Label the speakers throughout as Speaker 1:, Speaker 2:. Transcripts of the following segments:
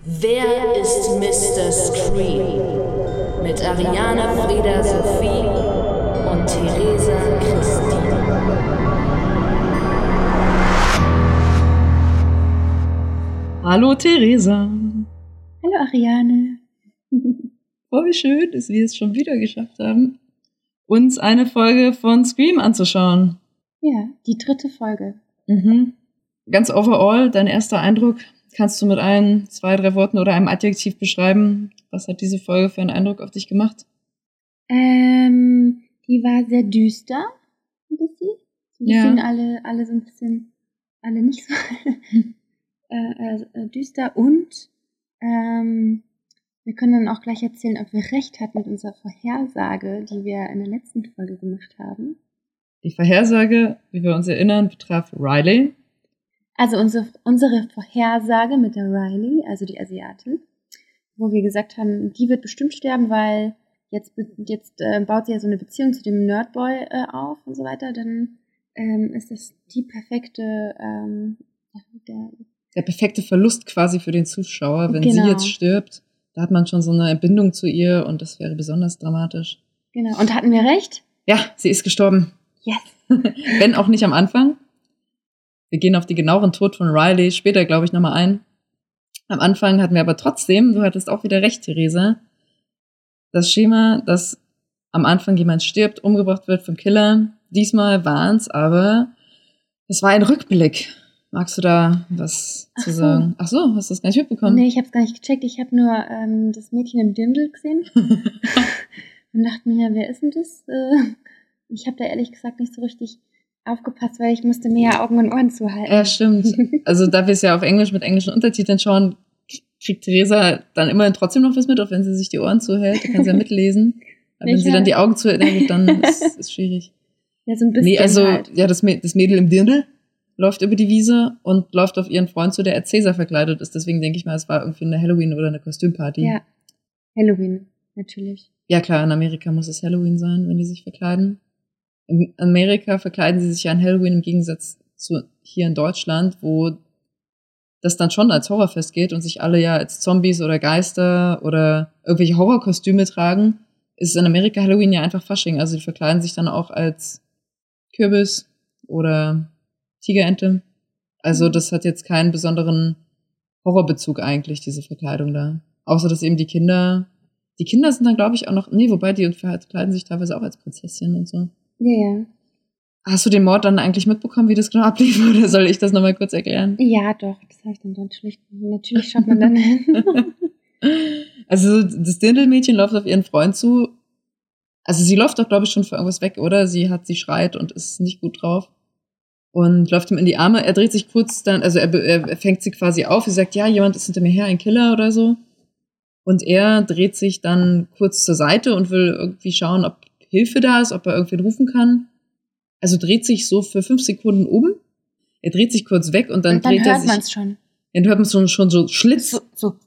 Speaker 1: Wer ist Mr. Scream? Mit Ariane Frieda Sophie und Theresa Christine.
Speaker 2: Hallo Theresa.
Speaker 3: Hallo Ariane.
Speaker 2: Voll schön, dass wir es schon wieder geschafft haben, uns eine Folge von Scream anzuschauen.
Speaker 3: Ja, die 3. Folge.
Speaker 2: Ganz overall, dein erster Eindruck, kannst du mit 1, 2, 3 Worten oder einem Adjektiv beschreiben? Was hat diese Folge für einen Eindruck auf dich gemacht?
Speaker 3: Die war sehr düster, ein bisschen.
Speaker 2: Ja.
Speaker 3: Alle so ein bisschen, alle nicht so düster und wir können dann auch gleich erzählen, ob wir recht hatten mit unserer Vorhersage, die wir in der letzten Folge gemacht haben.
Speaker 2: Die Vorhersage, wie wir uns erinnern, betraf Riley.
Speaker 3: Also unsere Vorhersage mit der Riley, also die Asiatin, wo wir gesagt haben, die wird bestimmt sterben, weil jetzt baut sie ja so eine Beziehung zu dem Nerdboy auf und so weiter, dann ist das die perfekte,
Speaker 2: der perfekte Verlust quasi für den Zuschauer, wenn
Speaker 3: Genau.
Speaker 2: sie jetzt stirbt. Da hat man schon so eine Bindung zu ihr und das wäre besonders dramatisch.
Speaker 3: Genau. Und hatten wir recht?
Speaker 2: Ja, sie ist gestorben.
Speaker 3: Yes.
Speaker 2: Wenn auch nicht am Anfang. Wir gehen auf die genaueren Tod von Riley später, glaube ich, nochmal ein. Am Anfang hatten wir aber trotzdem, du hattest auch wieder recht, Theresa, das Schema, dass am Anfang jemand stirbt, umgebracht wird vom Killer. Diesmal waren es aber, es war ein Rückblick. Magst du da was zu sagen? Ach so, hast du das gar nicht mitbekommen?
Speaker 3: Nee, ich habe es gar nicht gecheckt. Ich habe nur das Mädchen im Dirndl gesehen und dachte mir, wer ist denn das? Ich habe da ehrlich gesagt nicht so richtig aufgepasst, weil ich musste mehr Augen und Ohren zuhalten.
Speaker 2: Ja, stimmt. Also da wir es ja auf Englisch mit englischen Untertiteln schauen, kriegt Theresa dann immerhin trotzdem noch was mit, auch wenn sie sich die Ohren zuhält. Da kann sie ja mitlesen. Aber wenn sie dann die Augen zuhält, dann ist es schwierig.
Speaker 3: Ja, so ein bisschen.
Speaker 2: Nee, also
Speaker 3: halt.
Speaker 2: ja, das Mädel im Dirndl läuft über die Wiese und läuft auf ihren Freund zu, der als Cäsar verkleidet ist. Deswegen denke ich mal, es war irgendwie eine Halloween- oder eine Kostümparty.
Speaker 3: Ja, Halloween, natürlich.
Speaker 2: Ja klar, in Amerika muss es Halloween sein, wenn die sich verkleiden. In Amerika verkleiden sie sich ja an Halloween im Gegensatz zu hier in Deutschland, wo das dann schon als Horrorfest geht und sich alle ja als Zombies oder Geister oder irgendwelche Horrorkostüme tragen, ist in Amerika Halloween ja einfach Fasching. Also die verkleiden sich dann auch als Kürbis oder Tigerente. Also das hat jetzt keinen besonderen Horrorbezug eigentlich, diese Verkleidung da. Außer dass eben die Kinder sind dann, glaube ich, auch noch, wobei die verkleiden sich teilweise auch als Prinzessin und so.
Speaker 3: Ja.
Speaker 2: Hast du den Mord dann eigentlich mitbekommen, wie das genau ablief, oder soll ich das nochmal kurz erklären?
Speaker 3: Ja, doch, das habe ich dann natürlich schaut man dann hin.
Speaker 2: Also das Dirndl-Mädchen läuft auf ihren Freund zu. Also sie läuft doch, glaube ich, schon für irgendwas weg, oder? Sie schreit und ist nicht gut drauf. Und läuft ihm in die Arme. Er dreht sich kurz dann, also er fängt sie quasi auf. Sie sagt, ja, jemand ist hinter mir her, ein Killer oder so. Und er dreht sich dann kurz zur Seite und will irgendwie schauen, ob Hilfe da ist, ob er irgendwen rufen kann. Also dreht sich so für 5 Sekunden um. Er dreht sich kurz weg und dann dreht er sich.
Speaker 3: Hört man es schon.
Speaker 2: Ja, dann hört man es schon so Schlitz.
Speaker 3: So.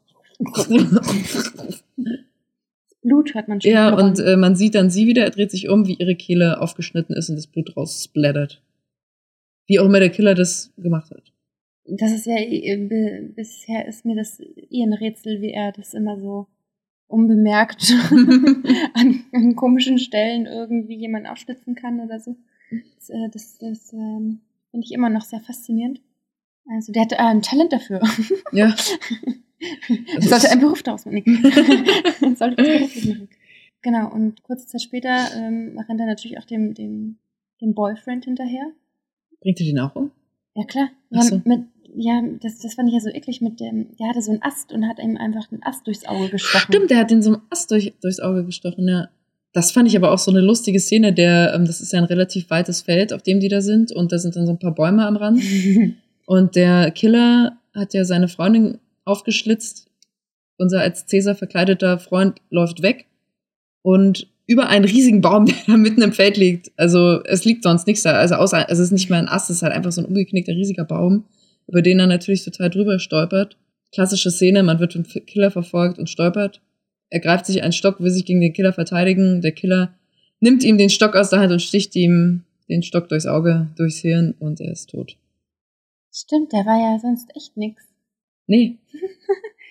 Speaker 3: Blut hört man schon.
Speaker 2: Ja, und man sieht dann sie wieder, er dreht sich um, wie ihre Kehle aufgeschnitten ist und das Blut raus splattert. Wie auch immer der Killer das gemacht hat.
Speaker 3: Das ist ja, bisher ist mir das ein Rätsel, wie er das immer so unbemerkt an komischen Stellen irgendwie jemand aufschlitzen kann oder so. Das finde ich immer noch sehr faszinierend. Also der hat ein Talent dafür.
Speaker 2: Ja.
Speaker 3: Sollte ein Beruf daraus machen. Sollte das beruflich machen. Genau, und kurze Zeit später rennt er natürlich auch dem Boyfriend hinterher.
Speaker 2: Bringt er den auch um?
Speaker 3: Ja, klar.
Speaker 2: Ach so.
Speaker 3: Das fand ich ja so eklig mit dem, der hatte so einen Ast und hat ihm einfach einen Ast durchs Auge gestochen.
Speaker 2: Stimmt, der hat den so einen Ast durchs Auge gestochen, ja. Das fand ich aber auch so eine lustige Szene, das ist ja ein relativ weites Feld, auf dem die da sind und da sind dann so ein paar Bäume am Rand. Und der Killer hat ja seine Freundin aufgeschlitzt. Unser als Cäsar verkleideter Freund läuft weg und über einen riesigen Baum, der da mitten im Feld liegt. Also es liegt sonst nichts da. Also es ist nicht mal ein Ast, es ist halt einfach so ein umgeknickter riesiger Baum, über den er natürlich total drüber stolpert. Klassische Szene, man wird vom Killer verfolgt und stolpert. Er greift sich einen Stock, will sich gegen den Killer verteidigen. Der Killer nimmt ihm den Stock aus der Hand und sticht ihm den Stock durchs Auge, durchs Hirn und er ist tot.
Speaker 3: Stimmt, der war ja sonst echt nix.
Speaker 2: Nee.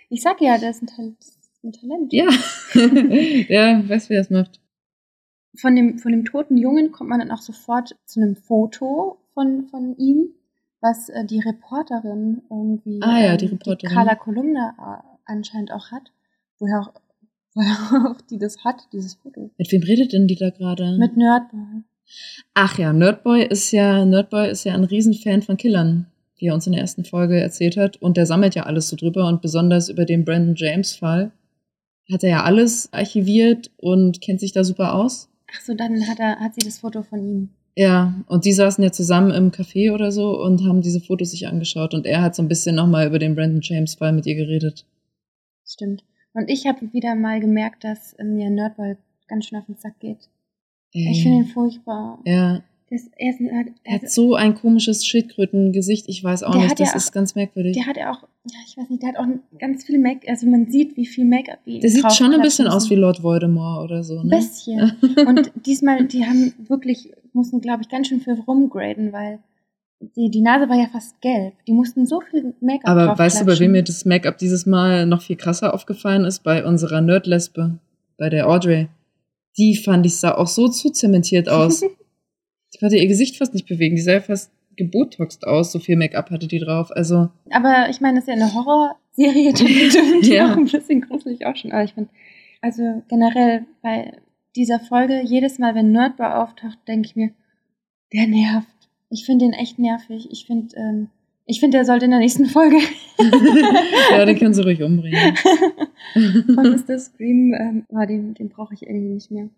Speaker 3: Ich sag ja, das ist ein Talent.
Speaker 2: Ja. Ja, weißt du, wie das macht.
Speaker 3: Von dem toten Jungen kommt man dann auch sofort zu einem Foto von ihm, was die Reporterin irgendwie,
Speaker 2: die Reporterin.
Speaker 3: Die Carla Kolumna anscheinend auch hat, woher auch die das hat, dieses Foto.
Speaker 2: Mit wem redet denn die da gerade?
Speaker 3: Mit Nerdboy.
Speaker 2: Ach ja, Nerdboy ist ja ein Riesenfan von Killern, wie er uns in der ersten Folge erzählt hat. Und der sammelt ja alles so drüber und besonders über den Brandon James-Fall hat er ja alles archiviert und kennt sich da super aus.
Speaker 3: Ach so, dann hat sie das Foto von ihm.
Speaker 2: Ja, und die saßen ja zusammen im Café oder so und haben diese Fotos sich angeschaut und er hat so ein bisschen nochmal über den Brandon James-Fall mit ihr geredet.
Speaker 3: Stimmt. Und ich habe wieder mal gemerkt, dass mir Nerdboy ganz schön auf den Sack geht. Ich finde ihn furchtbar.
Speaker 2: Ja. Er hat so ein komisches Schildkrötengesicht, ich weiß auch nicht, das ist ganz merkwürdig.
Speaker 3: Der hat ja auch, ich weiß nicht, der hat auch ganz viel Make-up, also man sieht, wie viel Make-up
Speaker 2: der sieht schon ein bisschen aus wie Lord Voldemort oder so, ne?
Speaker 3: Ein bisschen. Und diesmal, die mussten, glaube ich, ganz schön viel rumgraden, weil die Nase war ja fast gelb. Die mussten so viel Make-up drauf.
Speaker 2: Aber weißt du, bei wem mir das Make-up dieses Mal noch viel krasser aufgefallen ist? Bei unserer Nerdlesbe, bei der Audrey. Die fand ich sah auch so zuzementiert aus. Die konnte ihr Gesicht fast nicht bewegen. Die sah ja fast gebotoxt aus. So viel Make-up hatte die drauf. Also.
Speaker 3: Aber ich meine, das ist ja eine Horrorserie, die auch ein bisschen gruselig ausschaut. Aber ich finde, also generell bei dieser Folge, jedes Mal, wenn Nerdboy auftaucht, denke ich mir, der nervt. Ich finde den echt nervig. Ich finde, der sollte in der nächsten Folge.
Speaker 2: Ja, den können sie ruhig umbringen.
Speaker 3: Von Mr. Scream, den brauche ich irgendwie nicht mehr.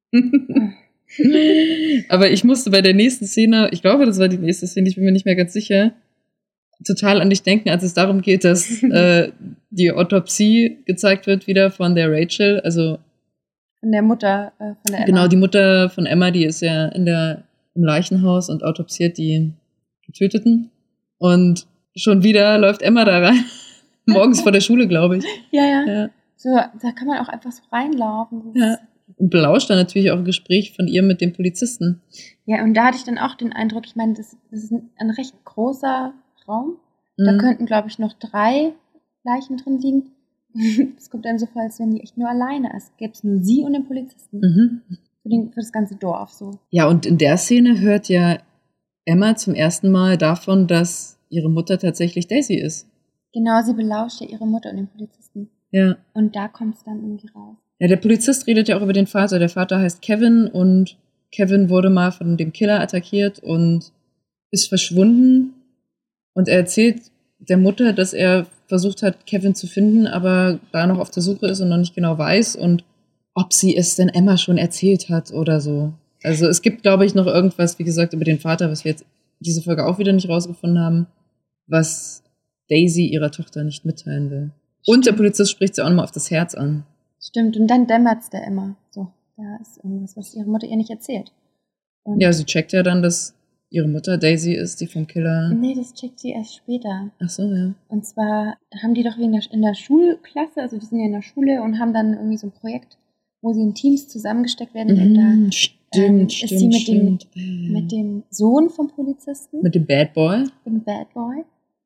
Speaker 2: Aber ich musste bei der nächsten Szene, ich glaube, das war die nächste Szene, ich bin mir nicht mehr ganz sicher, total an dich denken, als es darum geht, dass die Autopsie gezeigt wird wieder von der Rachel, also
Speaker 3: von der Mutter von der Emma.
Speaker 2: Genau, die Mutter von Emma, die ist ja im Leichenhaus und autopsiert die Getöteten. Und schon wieder läuft Emma da rein. Morgens vor der Schule, glaube ich.
Speaker 3: Ja. So, da kann man auch einfach so reinlaufen.
Speaker 2: Ja. Und belauscht dann natürlich auch ein Gespräch von ihr mit dem Polizisten.
Speaker 3: Ja, und da hatte ich dann auch den Eindruck, ich meine, das ist ein recht großer Raum. Da könnten, glaube ich, noch 3 Leichen drin liegen. Es kommt einem so vor, als wären die echt nur alleine. Es gäbe es nur sie und den Polizisten. Für das ganze Dorf so. Ja,
Speaker 2: und in der Szene hört ja Emma zum ersten Mal davon, dass ihre Mutter tatsächlich Daisy ist.
Speaker 3: Genau, sie belauscht ja ihre Mutter und den Polizisten.
Speaker 2: Ja.
Speaker 3: Und da kommt es dann irgendwie raus.
Speaker 2: Ja, der Polizist redet ja auch über den Vater. Der Vater heißt Kevin und Kevin wurde mal von dem Killer attackiert und ist verschwunden. Und er erzählt der Mutter, dass er versucht hat, Kevin zu finden, aber da noch auf der Suche ist und noch nicht genau weiß und ob sie es denn Emma schon erzählt hat oder so. Also es gibt, glaube ich, noch irgendwas, wie gesagt, über den Vater, was wir jetzt diese Folge auch wieder nicht rausgefunden haben, was Daisy ihrer Tochter nicht mitteilen will. Und der Polizist spricht sie auch nochmal auf das Herz an.
Speaker 3: Stimmt, und dann dämmert's der Emma. So, da ist irgendwas, was ihre Mutter ihr nicht erzählt. Und
Speaker 2: ja, sie checkt ja dann, dass ihre Mutter Daisy ist, die vom Killer.
Speaker 3: Nee, das checkt sie erst später.
Speaker 2: Ach so, ja.
Speaker 3: Und zwar haben die doch in der Schulklasse, also die sind ja in der Schule und haben dann irgendwie so ein Projekt, wo sie in Teams zusammengesteckt werden. Und da ist sie mit dem Sohn vom Polizisten.
Speaker 2: Mit dem Bad Boy.
Speaker 3: Mit dem Bad Boy.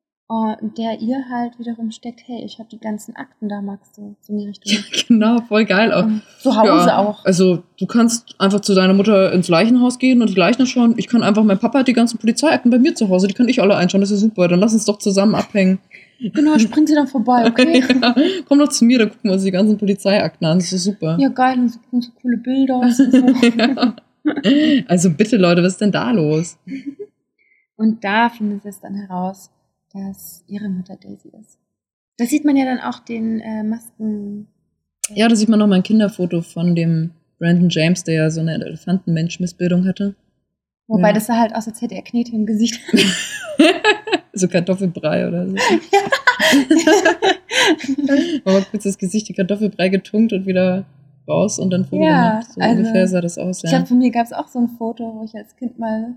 Speaker 3: Und der ihr halt wiederum steckt, hey, ich habe die ganzen Akten da, Max, so in die Richtung.
Speaker 2: Ja, genau, voll geil auch.
Speaker 3: Zu Hause auch.
Speaker 2: Also du kannst einfach zu deiner Mutter ins Leichenhaus gehen und die Leichen schauen. Ich kann einfach, mein Papa hat die ganzen Polizeiakten bei mir zu Hause, die kann ich alle einschauen, das ist super. Dann lass uns doch zusammen abhängen.
Speaker 3: Genau, springt sie dann vorbei, okay?
Speaker 2: Ja, komm doch zu mir, dann gucken wir uns die ganzen Polizeiakten an, das ist super.
Speaker 3: Ja, geil, und so coole Bilder. Und so.
Speaker 2: Ja. Also bitte, Leute, was ist denn da los?
Speaker 3: Und da findet es dann heraus, dass ihre Mutter Daisy ist. Da sieht man ja dann auch den Masken.
Speaker 2: Ja, da sieht man nochmal ein Kinderfoto von dem Brandon James, der ja so eine Elefantenmensch-Missbildung hatte.
Speaker 3: Wobei das sah halt aus, als hätte er Knete im Gesicht.
Speaker 2: So Kartoffelbrei oder so. Aber kurz das Gesicht in Kartoffelbrei getunkt und wieder raus und dann Foto gemacht. So also, ungefähr sah das aus.
Speaker 3: Ich glaube, von mir gab es auch so ein Foto, wo ich als Kind mal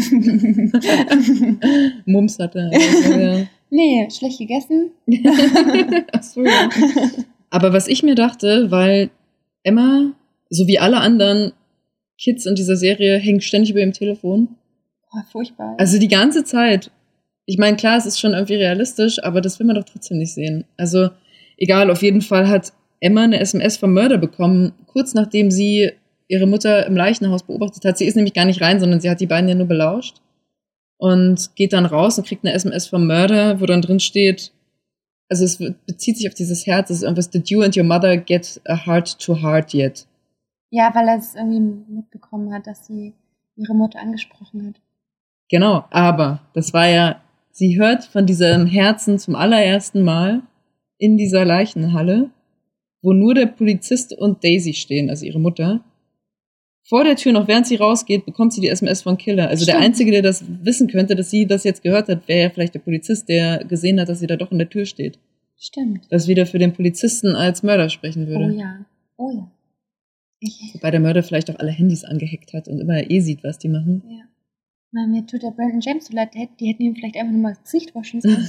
Speaker 2: Mumps hatte. Also, ja.
Speaker 3: Nee, schlecht gegessen.
Speaker 2: Ach so, ja. Aber was ich mir dachte, weil Emma, so wie alle anderen Kids in dieser Serie, hängt ständig über ihrem Telefon.
Speaker 3: Oh, furchtbar.
Speaker 2: Also die ganze Zeit. Ich meine, klar, es ist schon irgendwie realistisch, aber das will man doch trotzdem nicht sehen. Also Egal, auf jeden Fall hat Emma eine SMS vom Mörder bekommen, kurz nachdem sie ihre Mutter im Leichenhaus beobachtet hat. Sie ist nämlich gar nicht rein, sondern sie hat die beiden ja nur belauscht. Und geht dann raus und kriegt eine SMS vom Mörder, wo dann drin steht, also es bezieht sich auf dieses Herz, es ist irgendwas, did you and your mother get a heart to heart yet?
Speaker 3: Ja, weil er es irgendwie mitbekommen hat, dass sie ihre Mutter angesprochen hat.
Speaker 2: Genau, aber das war ja, sie hört von diesem Herzen zum allerersten Mal in dieser Leichenhalle, wo nur der Polizist und Daisy stehen, also ihre Mutter. Vor der Tür, noch während sie rausgeht, bekommt sie die SMS von Killer. Also der Einzige, der das wissen könnte, dass sie das jetzt gehört hat, wäre ja vielleicht der Polizist, der gesehen hat, dass sie da doch in der Tür steht.
Speaker 3: Stimmt.
Speaker 2: Was wieder für den Polizisten als Mörder sprechen würde.
Speaker 3: Oh ja, oh ja.
Speaker 2: Wobei der Mörder vielleicht auch alle Handys angehackt hat und immer sieht, was die machen.
Speaker 3: Ja. Na, mir tut der Brandon James so leid, die hätten ihm vielleicht einfach nur mal das Gesicht waschen sollen.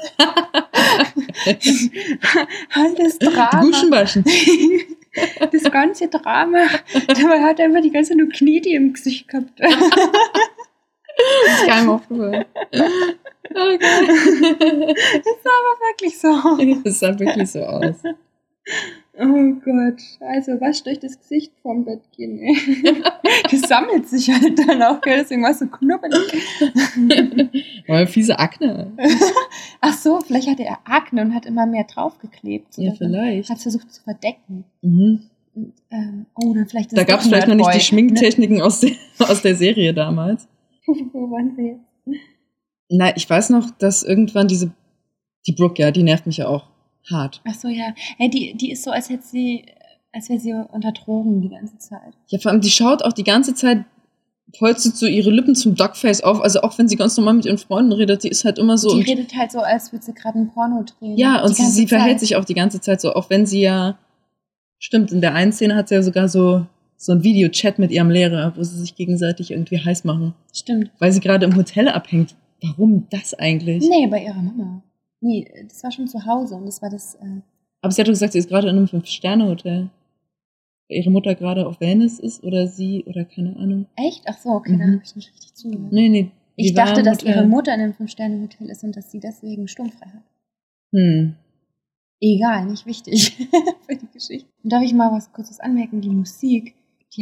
Speaker 3: Halt das Drama.
Speaker 2: Duschen waschen.
Speaker 3: Das ganze Drama. Dabei hat er einfach die ganze Zeit nur Knete im Gesicht gehabt.
Speaker 2: Das ist gar nicht aufgehört. Okay.
Speaker 3: Das sah aber wirklich so aus.
Speaker 2: Das sah wirklich so aus.
Speaker 3: Oh Gott. Also, wasch durch das Gesicht vom Bett gehen, ey. Das sammelt sich halt dann auch, gell? Deswegen war es so knubbelig.
Speaker 2: Aber fiese Akne.
Speaker 3: Ach so, vielleicht hatte er Akne und hat immer mehr draufgeklebt.
Speaker 2: Ja, vielleicht.
Speaker 3: Hat es versucht zu verdecken.
Speaker 2: Mhm.
Speaker 3: Und, dann vielleicht
Speaker 2: da gab es vielleicht noch nicht die Schminktechniken aus der Serie damals.
Speaker 3: Wo waren wir jetzt?
Speaker 2: Na, ich weiß noch, dass irgendwann die Brooke, ja, die nervt mich ja auch hart.
Speaker 3: Ach so, ja. Hey, die ist so, als wäre sie unter Drogen die ganze Zeit.
Speaker 2: Ja, vor allem, die schaut auch die ganze Zeit, polstert so ihre Lippen zum Duckface auf, also auch wenn sie ganz normal mit ihren Freunden redet, die ist halt immer so.
Speaker 3: Die redet halt so, als würde sie gerade ein Porno drehen.
Speaker 2: Ja, und sie verhält sich auch die ganze Zeit so, auch wenn sie ja, stimmt, in der einen Szene hat sie ja sogar so ein Videochat mit ihrem Lehrer, wo sie sich gegenseitig irgendwie heiß machen.
Speaker 3: Stimmt.
Speaker 2: Weil sie gerade im Hotel abhängt. Warum das eigentlich?
Speaker 3: Nee, bei ihrer Mama. Nee, das war schon zu Hause und das war das...
Speaker 2: Aber sie hat doch gesagt, sie ist gerade in einem 5-Sterne-Hotel. Weil ihre Mutter gerade auf Wellness ist oder sie oder keine Ahnung.
Speaker 3: Echt? Ach so, okay, da habe ich nicht richtig zugehört.
Speaker 2: Nee.
Speaker 3: Ich dachte, dass ihre Mutter in einem 5-Sterne-Hotel ist und dass sie deswegen sturmfrei hat. Egal, nicht wichtig für die Geschichte. Und darf ich mal was Kurzes anmerken? Die Musik,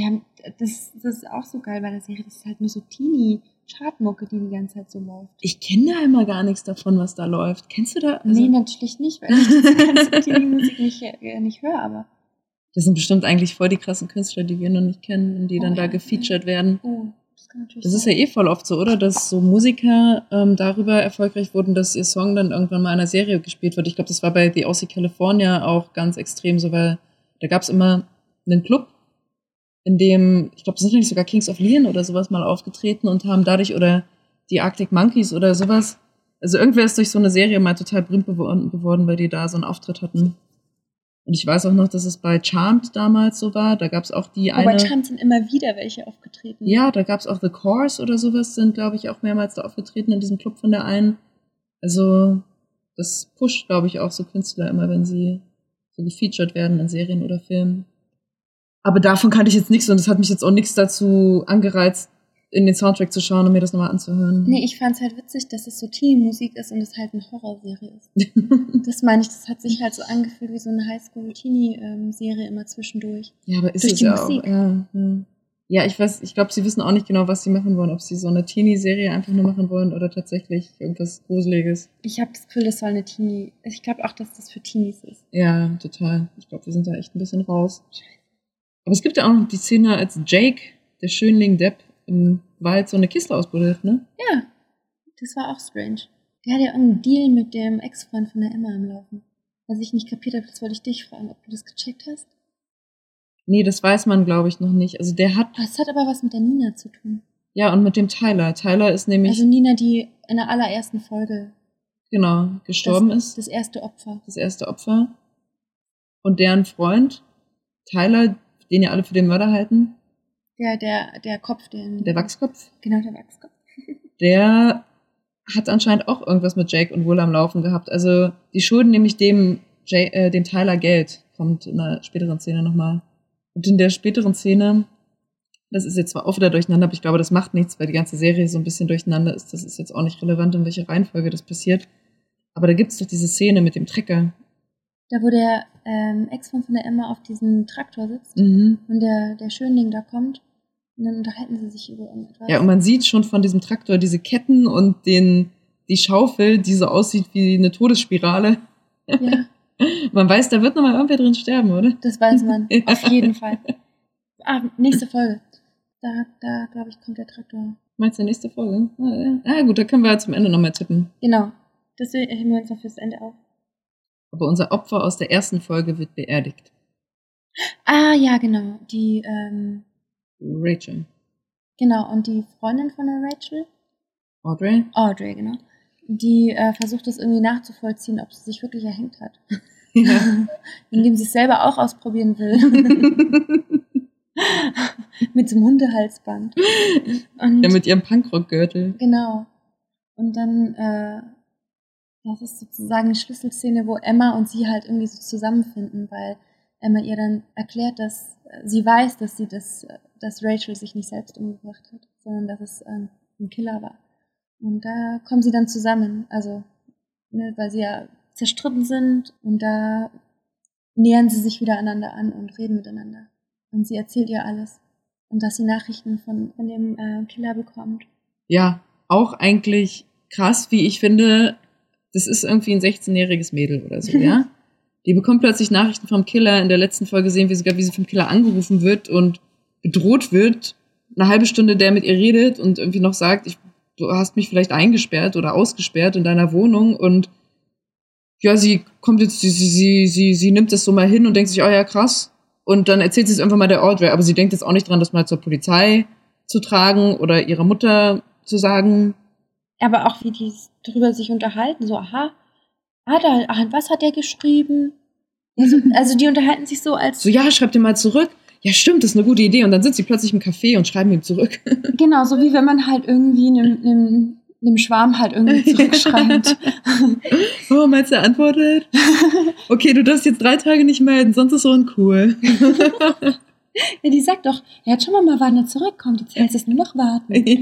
Speaker 3: das ist auch so geil bei der Serie, das ist halt nur so Teenie-Chartmucke, die ganze Zeit so läuft.
Speaker 2: Ich kenne da immer gar nichts davon, was da läuft. Kennst du da? Also,
Speaker 3: nee, natürlich nicht, weil ich diese ganze Teenie-Musik nicht höre, aber...
Speaker 2: Das sind bestimmt eigentlich voll die krassen Künstler, die wir noch nicht kennen und die dann da gefeatured werden.
Speaker 3: Oh, das kann natürlich
Speaker 2: Das ist ja eh voll oft so, oder? Dass so Musiker darüber erfolgreich wurden, dass ihr Song dann irgendwann mal in einer Serie gespielt wird. Ich glaube, das war bei The O.C. California auch ganz extrem so, weil da gab es immer einen Club, in dem, ich glaube, sind nicht sogar Kings of Leon oder sowas mal aufgetreten und haben dadurch, oder die Arctic Monkeys oder sowas, also irgendwer ist durch so eine Serie mal total berühmt geworden, weil die da so einen Auftritt hatten. Und ich weiß auch noch, dass es bei Charmed damals so war, da gab es auch die eine...
Speaker 3: Bei Charmed sind immer wieder welche aufgetreten.
Speaker 2: Ja, da gab es auch The Course oder sowas, sind, glaube ich, auch mehrmals da aufgetreten in diesem Club von der einen. Also das pusht, glaube ich, auch so Künstler immer, wenn sie so gefeatured werden in Serien oder Filmen. Aber davon kannte ich jetzt nichts und es hat mich jetzt auch nichts dazu angereizt, in den Soundtrack zu schauen und mir das nochmal anzuhören.
Speaker 3: Nee, ich fand's halt witzig, dass es so Teenie-Musik ist und es halt eine Horrorserie ist. Das meine ich, das hat sich halt so angefühlt wie so eine Highschool-Teenie-Serie immer zwischendurch.
Speaker 2: Ja, aber ist
Speaker 3: durch
Speaker 2: es
Speaker 3: die
Speaker 2: ja
Speaker 3: Musik.
Speaker 2: auch. Ja, ich glaube, sie wissen auch nicht genau, was sie machen wollen. Ob sie so eine Teenie-Serie einfach nur machen wollen oder tatsächlich irgendwas Gruseliges.
Speaker 3: Ich habe das Gefühl, das soll eine Teenie... Ich glaube auch, dass das für Teenies ist.
Speaker 2: Ja, total. Ich glaube, wir sind da echt ein bisschen raus. Aber es gibt ja auch noch die Szene, als Jake, der Schönling Depp, im Wald so eine Kiste ausbuddelt, ne?
Speaker 3: Ja, das war auch strange. Der hat ja irgendeinen Deal mit dem Ex-Freund von der Emma am Laufen. Was ich nicht kapiert habe, das wollte ich dich fragen, ob du das gecheckt hast.
Speaker 2: Nee, das weiß man, glaube ich, noch nicht. Also der hat...
Speaker 3: Das hat aber was mit der Nina zu tun.
Speaker 2: Ja, und mit dem Tyler. Tyler ist nämlich...
Speaker 3: Also Nina, die in der allerersten Folge...
Speaker 2: Genau, gestorben ist.
Speaker 3: Das erste Opfer.
Speaker 2: Das erste Opfer. Und deren Freund, Tyler, den ja alle für den Mörder halten.
Speaker 3: Der Kopf,
Speaker 2: der Wachskopf.
Speaker 3: Genau, der Wachskopf.
Speaker 2: Der hat anscheinend auch irgendwas mit Jake und Will am Laufen gehabt. Also die schulden nämlich dem Tyler Geld. Kommt in einer späteren Szene nochmal. Und in der späteren Szene, das ist jetzt zwar auch wieder durcheinander, aber ich glaube, das macht nichts, weil die ganze Serie so ein bisschen durcheinander ist. Das ist jetzt auch nicht relevant, in welcher Reihenfolge das passiert. Aber da gibt's doch diese Szene mit dem Trecker,
Speaker 3: Da wo der Ex-Freund von der Emma auf diesem Traktor sitzt
Speaker 2: Mhm.
Speaker 3: und der Schönling da kommt und dann unterhalten sie sich über irgendwas.
Speaker 2: Ja, und man sieht schon von diesem Traktor diese Ketten und die Schaufel, die so aussieht wie eine Todesspirale.
Speaker 3: Ja,
Speaker 2: Man weiß, da wird nochmal irgendwer drin sterben, oder?
Speaker 3: das weiß man.
Speaker 2: Ja.
Speaker 3: Auf jeden Fall. Nächste Folge. Da glaube ich, kommt der Traktor.
Speaker 2: Meinst du nächste Folge? Gut, da können wir zum Ende nochmal tippen.
Speaker 3: Genau. Das heben wir uns noch fürs Ende auf.
Speaker 2: Aber unser Opfer aus der ersten Folge wird beerdigt.
Speaker 3: Ja, genau. Die,
Speaker 2: Rachel.
Speaker 3: genau. Und die Freundin von der Rachel,
Speaker 2: Audrey?
Speaker 3: Audrey, genau, die versucht das irgendwie nachzuvollziehen, ob sie sich wirklich erhängt hat.
Speaker 2: Ja.
Speaker 3: Indem sie es selber auch ausprobieren will. Mit so einem Hundehalsband. Und
Speaker 2: Ja, mit ihrem Punkrock-Gürtel.
Speaker 3: genau. Und dann, das ist sozusagen eine Schlüsselszene, wo Emma und sie halt irgendwie so zusammenfinden, weil Emma ihr dann erklärt, dass sie weiß, dass Rachel sich nicht selbst umgebracht hat, sondern dass es ein Killer war. Und da kommen sie dann zusammen, also, ne, weil sie ja zerstritten sind und da nähern sie sich wieder einander an und reden miteinander. Und sie erzählt ihr alles. Und dass sie Nachrichten von dem Killer bekommt.
Speaker 2: Ja, auch eigentlich krass, wie ich finde, das ist irgendwie ein 16-jähriges Mädel oder so, ja? Die bekommt plötzlich Nachrichten vom Killer. In der letzten Folge sehen wir sogar, wie sie vom Killer angerufen wird und bedroht wird. Eine halbe Stunde der mit ihr redet und irgendwie noch sagt, du hast mich vielleicht eingesperrt oder ausgesperrt in deiner Wohnung. Und ja, sie kommt jetzt, sie nimmt das so mal hin und denkt sich, oh ja, krass. Und dann erzählt sie es einfach mal der Audrey. Aber sie denkt jetzt auch nicht dran, das mal zur Polizei zu tragen oder ihrer Mutter zu sagen.
Speaker 3: Aber auch wie die drüber sich unterhalten, so, was hat der geschrieben? Also die unterhalten sich so als...
Speaker 2: So, ja, schreib dir mal zurück. Ja, stimmt, das ist eine gute Idee. Und dann sind sie plötzlich im Café und schreiben ihm zurück.
Speaker 3: Genau, so wie wenn man halt irgendwie einem Schwarm halt irgendwie zurückschreibt.
Speaker 2: Oh, meinst du, er antwortet? Okay, du darfst jetzt 3 Tage nicht melden, sonst ist so uncool.
Speaker 3: Ja, die sagt doch, er hat schon mal, wann er zurückkommt, jetzt heißt es nur noch warten.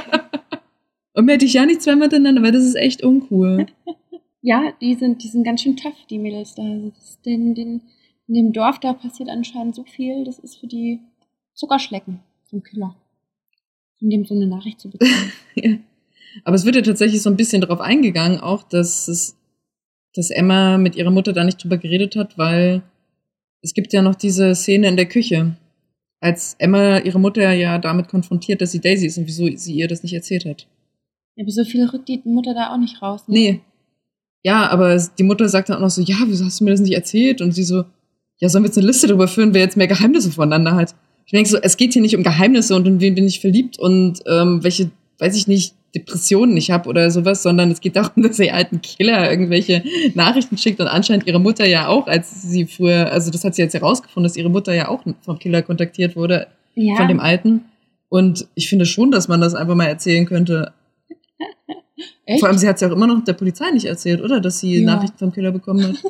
Speaker 2: Und melde dich ja nicht zweimal miteinander, weil das ist echt uncool.
Speaker 3: Ja, die sind ganz schön tough, die Mädels da. In dem Dorf, da passiert anscheinend so viel, das ist für die Zuckerschlecken vom Killer. Von dem so eine Nachricht zu bekommen.
Speaker 2: Ja. Aber es wird ja tatsächlich so ein bisschen darauf eingegangen, auch, dass Emma mit ihrer Mutter da nicht drüber geredet hat, weil es gibt ja noch diese Szene in der Küche, als Emma ihre Mutter ja damit konfrontiert, dass sie Daisy ist und wieso sie ihr das nicht erzählt hat.
Speaker 3: Ja, aber so viel rückt die Mutter da auch nicht raus. Ne?
Speaker 2: Nee. Ja, aber die Mutter sagt dann auch noch so, ja, wieso hast du mir das nicht erzählt? Und sie so, ja, sollen wir jetzt eine Liste darüber führen, wer jetzt mehr Geheimnisse voneinander hat? Ich denke so, es geht hier nicht um Geheimnisse und in wen bin ich verliebt und welche, weiß ich nicht, Depressionen ich habe oder sowas, sondern es geht darum, dass ihr alten Killer irgendwelche Nachrichten schickt und anscheinend ihre Mutter ja auch, als sie früher, also das hat sie jetzt herausgefunden, dass ihre Mutter ja auch vom Killer kontaktiert wurde,
Speaker 3: Ja.
Speaker 2: von dem Alten. Und ich finde schon, dass man das einfach mal erzählen könnte.
Speaker 3: Echt?
Speaker 2: Vor allem, sie hat es ja auch immer noch der Polizei nicht erzählt, oder? Dass sie
Speaker 3: Ja.
Speaker 2: Nachrichten vom Killer bekommen hat.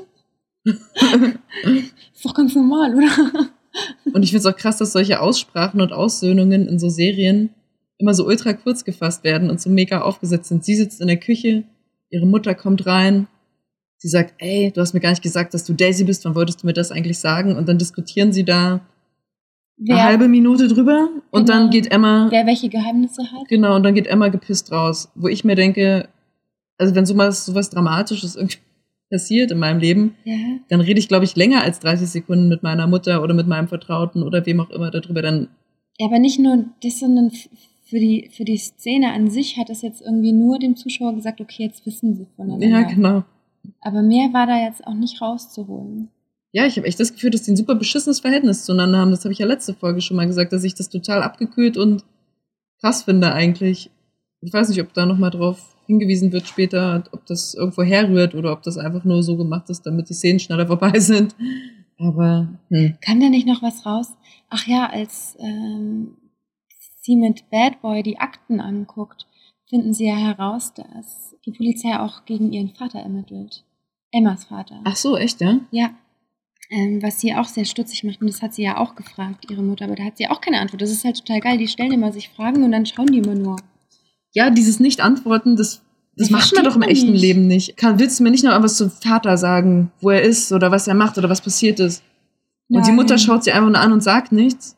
Speaker 3: Ist doch ganz normal, oder?
Speaker 2: Und ich finde es auch krass, dass solche Aussprachen und Aussöhnungen in so Serien immer so ultra kurz gefasst werden und so mega aufgesetzt sind. Sie sitzt in der Küche, ihre Mutter kommt rein, sie sagt, ey, du hast mir gar nicht gesagt, dass du Daisy bist, wann wolltest du mir das eigentlich sagen? Und dann diskutieren sie da eine halbe Minute drüber und
Speaker 3: Genau.
Speaker 2: dann geht Emma,
Speaker 3: Wer welche Geheimnisse hat.
Speaker 2: genau, und dann geht Emma gepisst raus. Wo ich mir denke, also wenn sowas Dramatisches irgendwie passiert in meinem Leben,
Speaker 3: Ja.
Speaker 2: dann rede ich, glaube ich, länger als 30 Sekunden mit meiner Mutter oder mit meinem Vertrauten oder wem auch immer darüber. Dann
Speaker 3: Ja, aber nicht nur das, sondern für die Szene an sich hat das jetzt irgendwie nur dem Zuschauer gesagt, okay, jetzt wissen sie voneinander.
Speaker 2: ja, genau.
Speaker 3: Aber mehr war da jetzt auch nicht rauszuholen.
Speaker 2: Ja, ich habe echt das Gefühl, dass die ein super beschissenes Verhältnis zueinander haben. Das habe ich ja letzte Folge schon mal gesagt, dass ich das total abgekühlt und krass finde eigentlich. Ich weiß nicht, ob da nochmal drauf hingewiesen wird später, ob das irgendwo herrührt oder ob das einfach nur so gemacht ist, damit die Szenen schneller vorbei sind. Aber,
Speaker 3: Kam da nicht noch was raus? Ach ja, als sie mit Bad Boy die Akten anguckt, finden sie ja heraus, dass die Polizei auch gegen ihren Vater ermittelt. Emmas Vater.
Speaker 2: Ach so, echt, ja?
Speaker 3: Ja. Was sie auch sehr stutzig macht, und das hat sie ja auch gefragt, ihre Mutter, aber da hat sie auch keine Antwort. Das ist halt total geil. Die stellen immer sich Fragen und dann schauen die immer nur.
Speaker 2: Ja, dieses Nicht-Antworten, das Das macht man doch im echten Leben nicht. Willst du mir nicht noch etwas zum Vater sagen, wo er ist oder was er macht oder was passiert ist? Und die Mutter schaut sie einfach nur an und sagt nichts.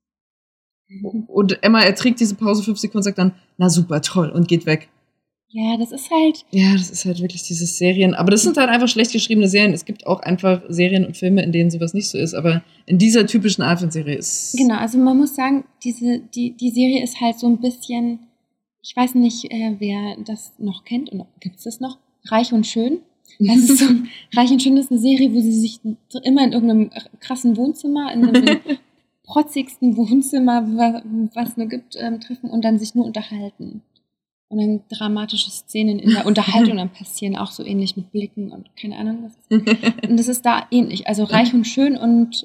Speaker 2: Und Emma erträgt diese Pause 5 Sekunden und sagt dann, na super, toll, und geht weg.
Speaker 3: Ja, das ist halt...
Speaker 2: Ja, das ist halt wirklich diese Serien. Aber das sind halt einfach schlecht geschriebene Serien. Es gibt auch einfach Serien und Filme, in denen sowas nicht so ist. Aber in dieser typischen Art von Serie ist...
Speaker 3: Genau, also man muss sagen, die Serie ist halt so ein bisschen... Ich weiß nicht, wer das noch kennt. Und gibt es das noch? Reich und Schön. Das ist so, Reich und Schön ist eine Serie, wo sie sich immer in irgendeinem krassen Wohnzimmer, in einem protzigsten Wohnzimmer, was es nur gibt, treffen und dann sich nur unterhalten. Und dann dramatische Szenen in der Unterhaltung dann passieren, auch so ähnlich mit Blicken und keine Ahnung was. Und das ist da ähnlich. Also Reich und Schön und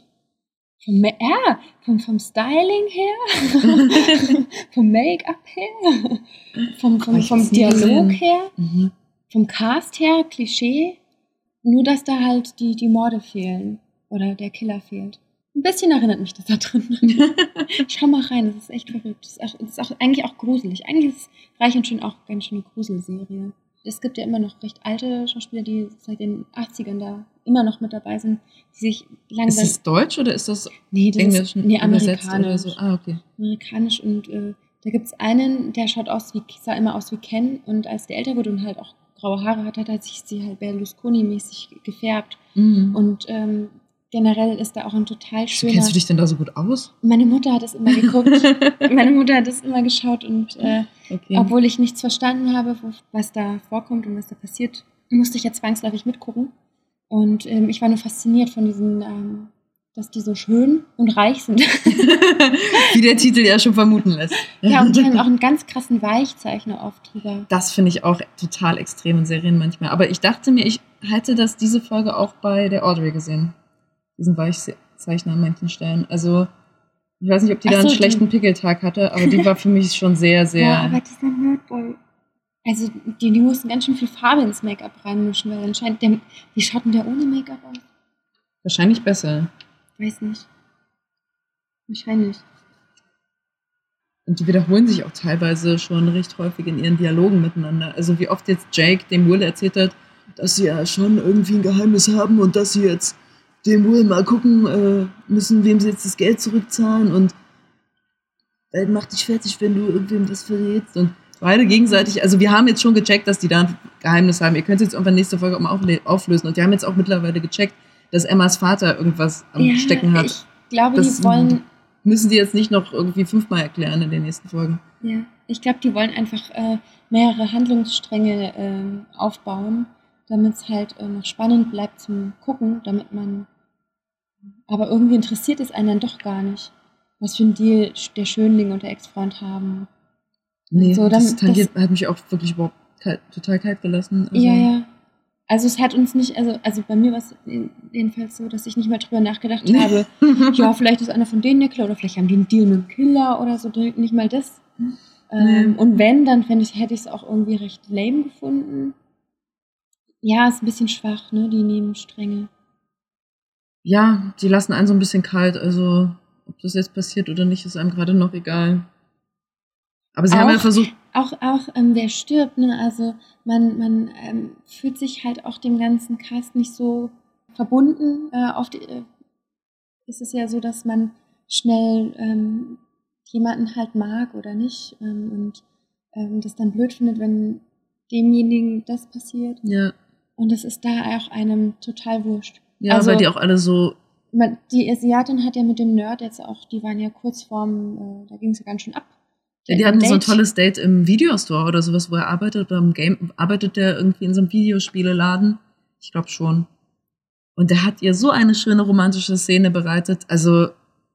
Speaker 3: vom Styling her, vom Make-up her, vom Dialog her, vom Cast her, Klischee. Nur, dass da halt die Morde fehlen oder der Killer fehlt. Ein bisschen erinnert mich das da drin. Schau mal rein, das ist echt verrückt. Das ist auch eigentlich auch gruselig. Eigentlich ist Reich und Schön auch ganz schön eine Gruselserie. Es gibt ja immer noch recht alte Schauspieler, die seit den 80ern da immer noch mit dabei sind, die sich langsam...
Speaker 2: Ist das Deutsch oder ist das
Speaker 3: Englisch? Nee, amerikanisch.
Speaker 2: Oder so? Ah, okay.
Speaker 3: Amerikanisch und da gibt es einen, der sah immer aus wie Ken und als der älter wurde und halt auch graue Haare hat er sich sie halt Berlusconi-mäßig gefärbt. Und generell ist da auch ein total schöner...
Speaker 2: Kennst du dich denn da so gut aus?
Speaker 3: Meine Mutter hat es immer geguckt. Meine Mutter hat es immer geschaut und obwohl ich nichts verstanden habe, was da vorkommt und was da passiert, musste ich ja zwangsläufig mitgucken. Und ich war nur fasziniert von diesen, dass die so schön und reich sind.
Speaker 2: Wie der Titel ja schon vermuten lässt.
Speaker 3: Ja, und die haben auch einen ganz krassen Weichzeichner oft drüber.
Speaker 2: Das finde ich auch total extrem in Serien manchmal. Aber ich dachte mir, ich hätte diese Folge auch bei der Audrey gesehen. Diesen Weichzeichner an manchen Stellen. Also, ich weiß nicht, ob die da einen schlechten Pickeltag hatte, aber die war für mich schon sehr, sehr...
Speaker 3: Ja, aber dieser Nerdboy... Also, die mussten ganz schön viel Farbe ins Make-up reinmischen, weil anscheinend... Wie schaut denn der ohne Make-up aus?
Speaker 2: Wahrscheinlich besser.
Speaker 3: Weiß nicht. Wahrscheinlich.
Speaker 2: Und die wiederholen sich auch teilweise schon recht häufig in ihren Dialogen miteinander. Also, wie oft jetzt Jake dem Will erzählt hat, dass sie ja schon irgendwie ein Geheimnis haben und dass sie jetzt dem Will mal gucken müssen, wem sie jetzt das Geld zurückzahlen und mach dich fertig, wenn du irgendwem das verrätst. Und beide gegenseitig, also wir haben jetzt schon gecheckt, dass die da ein Geheimnis haben. Ihr könnt es jetzt irgendwann nächste Folge auch mal auflösen. Und wir haben jetzt auch mittlerweile gecheckt, dass Emmas Vater irgendwas am Stecken hat.
Speaker 3: Ich glaube,
Speaker 2: das
Speaker 3: die wollen...
Speaker 2: Müssen die jetzt nicht noch irgendwie 5-mal erklären in den nächsten Folgen.
Speaker 3: Ja, ich glaube, die wollen einfach mehrere Handlungsstränge aufbauen, damit es halt noch spannend bleibt zum Gucken, damit man... Aber irgendwie interessiert es einen dann doch gar nicht, was für ein Deal der Schönling und der Ex-Freund haben.
Speaker 2: Nee, so, das hat mich auch wirklich überhaupt total kalt gelassen.
Speaker 3: Also. Ja. Also es hat uns nicht, also bei mir war es jedenfalls so, dass ich nicht mehr drüber nachgedacht habe, ja, vielleicht ist einer von denen der Killer oder vielleicht haben die einen Deal mit dem Killer oder so, nicht mal das. Und wenn, dann hätte ich es auch irgendwie recht lame gefunden. Ja, ist ein bisschen schwach, ne, die Nebenstränge.
Speaker 2: Ja, die lassen einen so ein bisschen kalt, also ob das jetzt passiert oder nicht, ist einem gerade noch egal. Aber sie haben ja versucht...
Speaker 3: Auch wer stirbt, ne? Also man fühlt sich halt auch dem ganzen Cast nicht so verbunden. Oft ist es ja so, dass man schnell jemanden halt mag oder nicht und das dann blöd findet, wenn demjenigen das passiert.
Speaker 2: Ja.
Speaker 3: Und das ist da auch einem total wurscht.
Speaker 2: Ja, also, weil die auch alle so...
Speaker 3: Die Asiatin hat ja mit dem Nerd jetzt auch, die waren ja kurz vorm, da ging es ja ganz schön ab.
Speaker 2: Ja, die hatten so ein tolles Date im Videostore oder sowas, wo er arbeitet, oder im Game, arbeitet der irgendwie in so einem Videospieleladen? Ich glaube schon. Und der hat ihr so eine schöne romantische Szene bereitet. Also,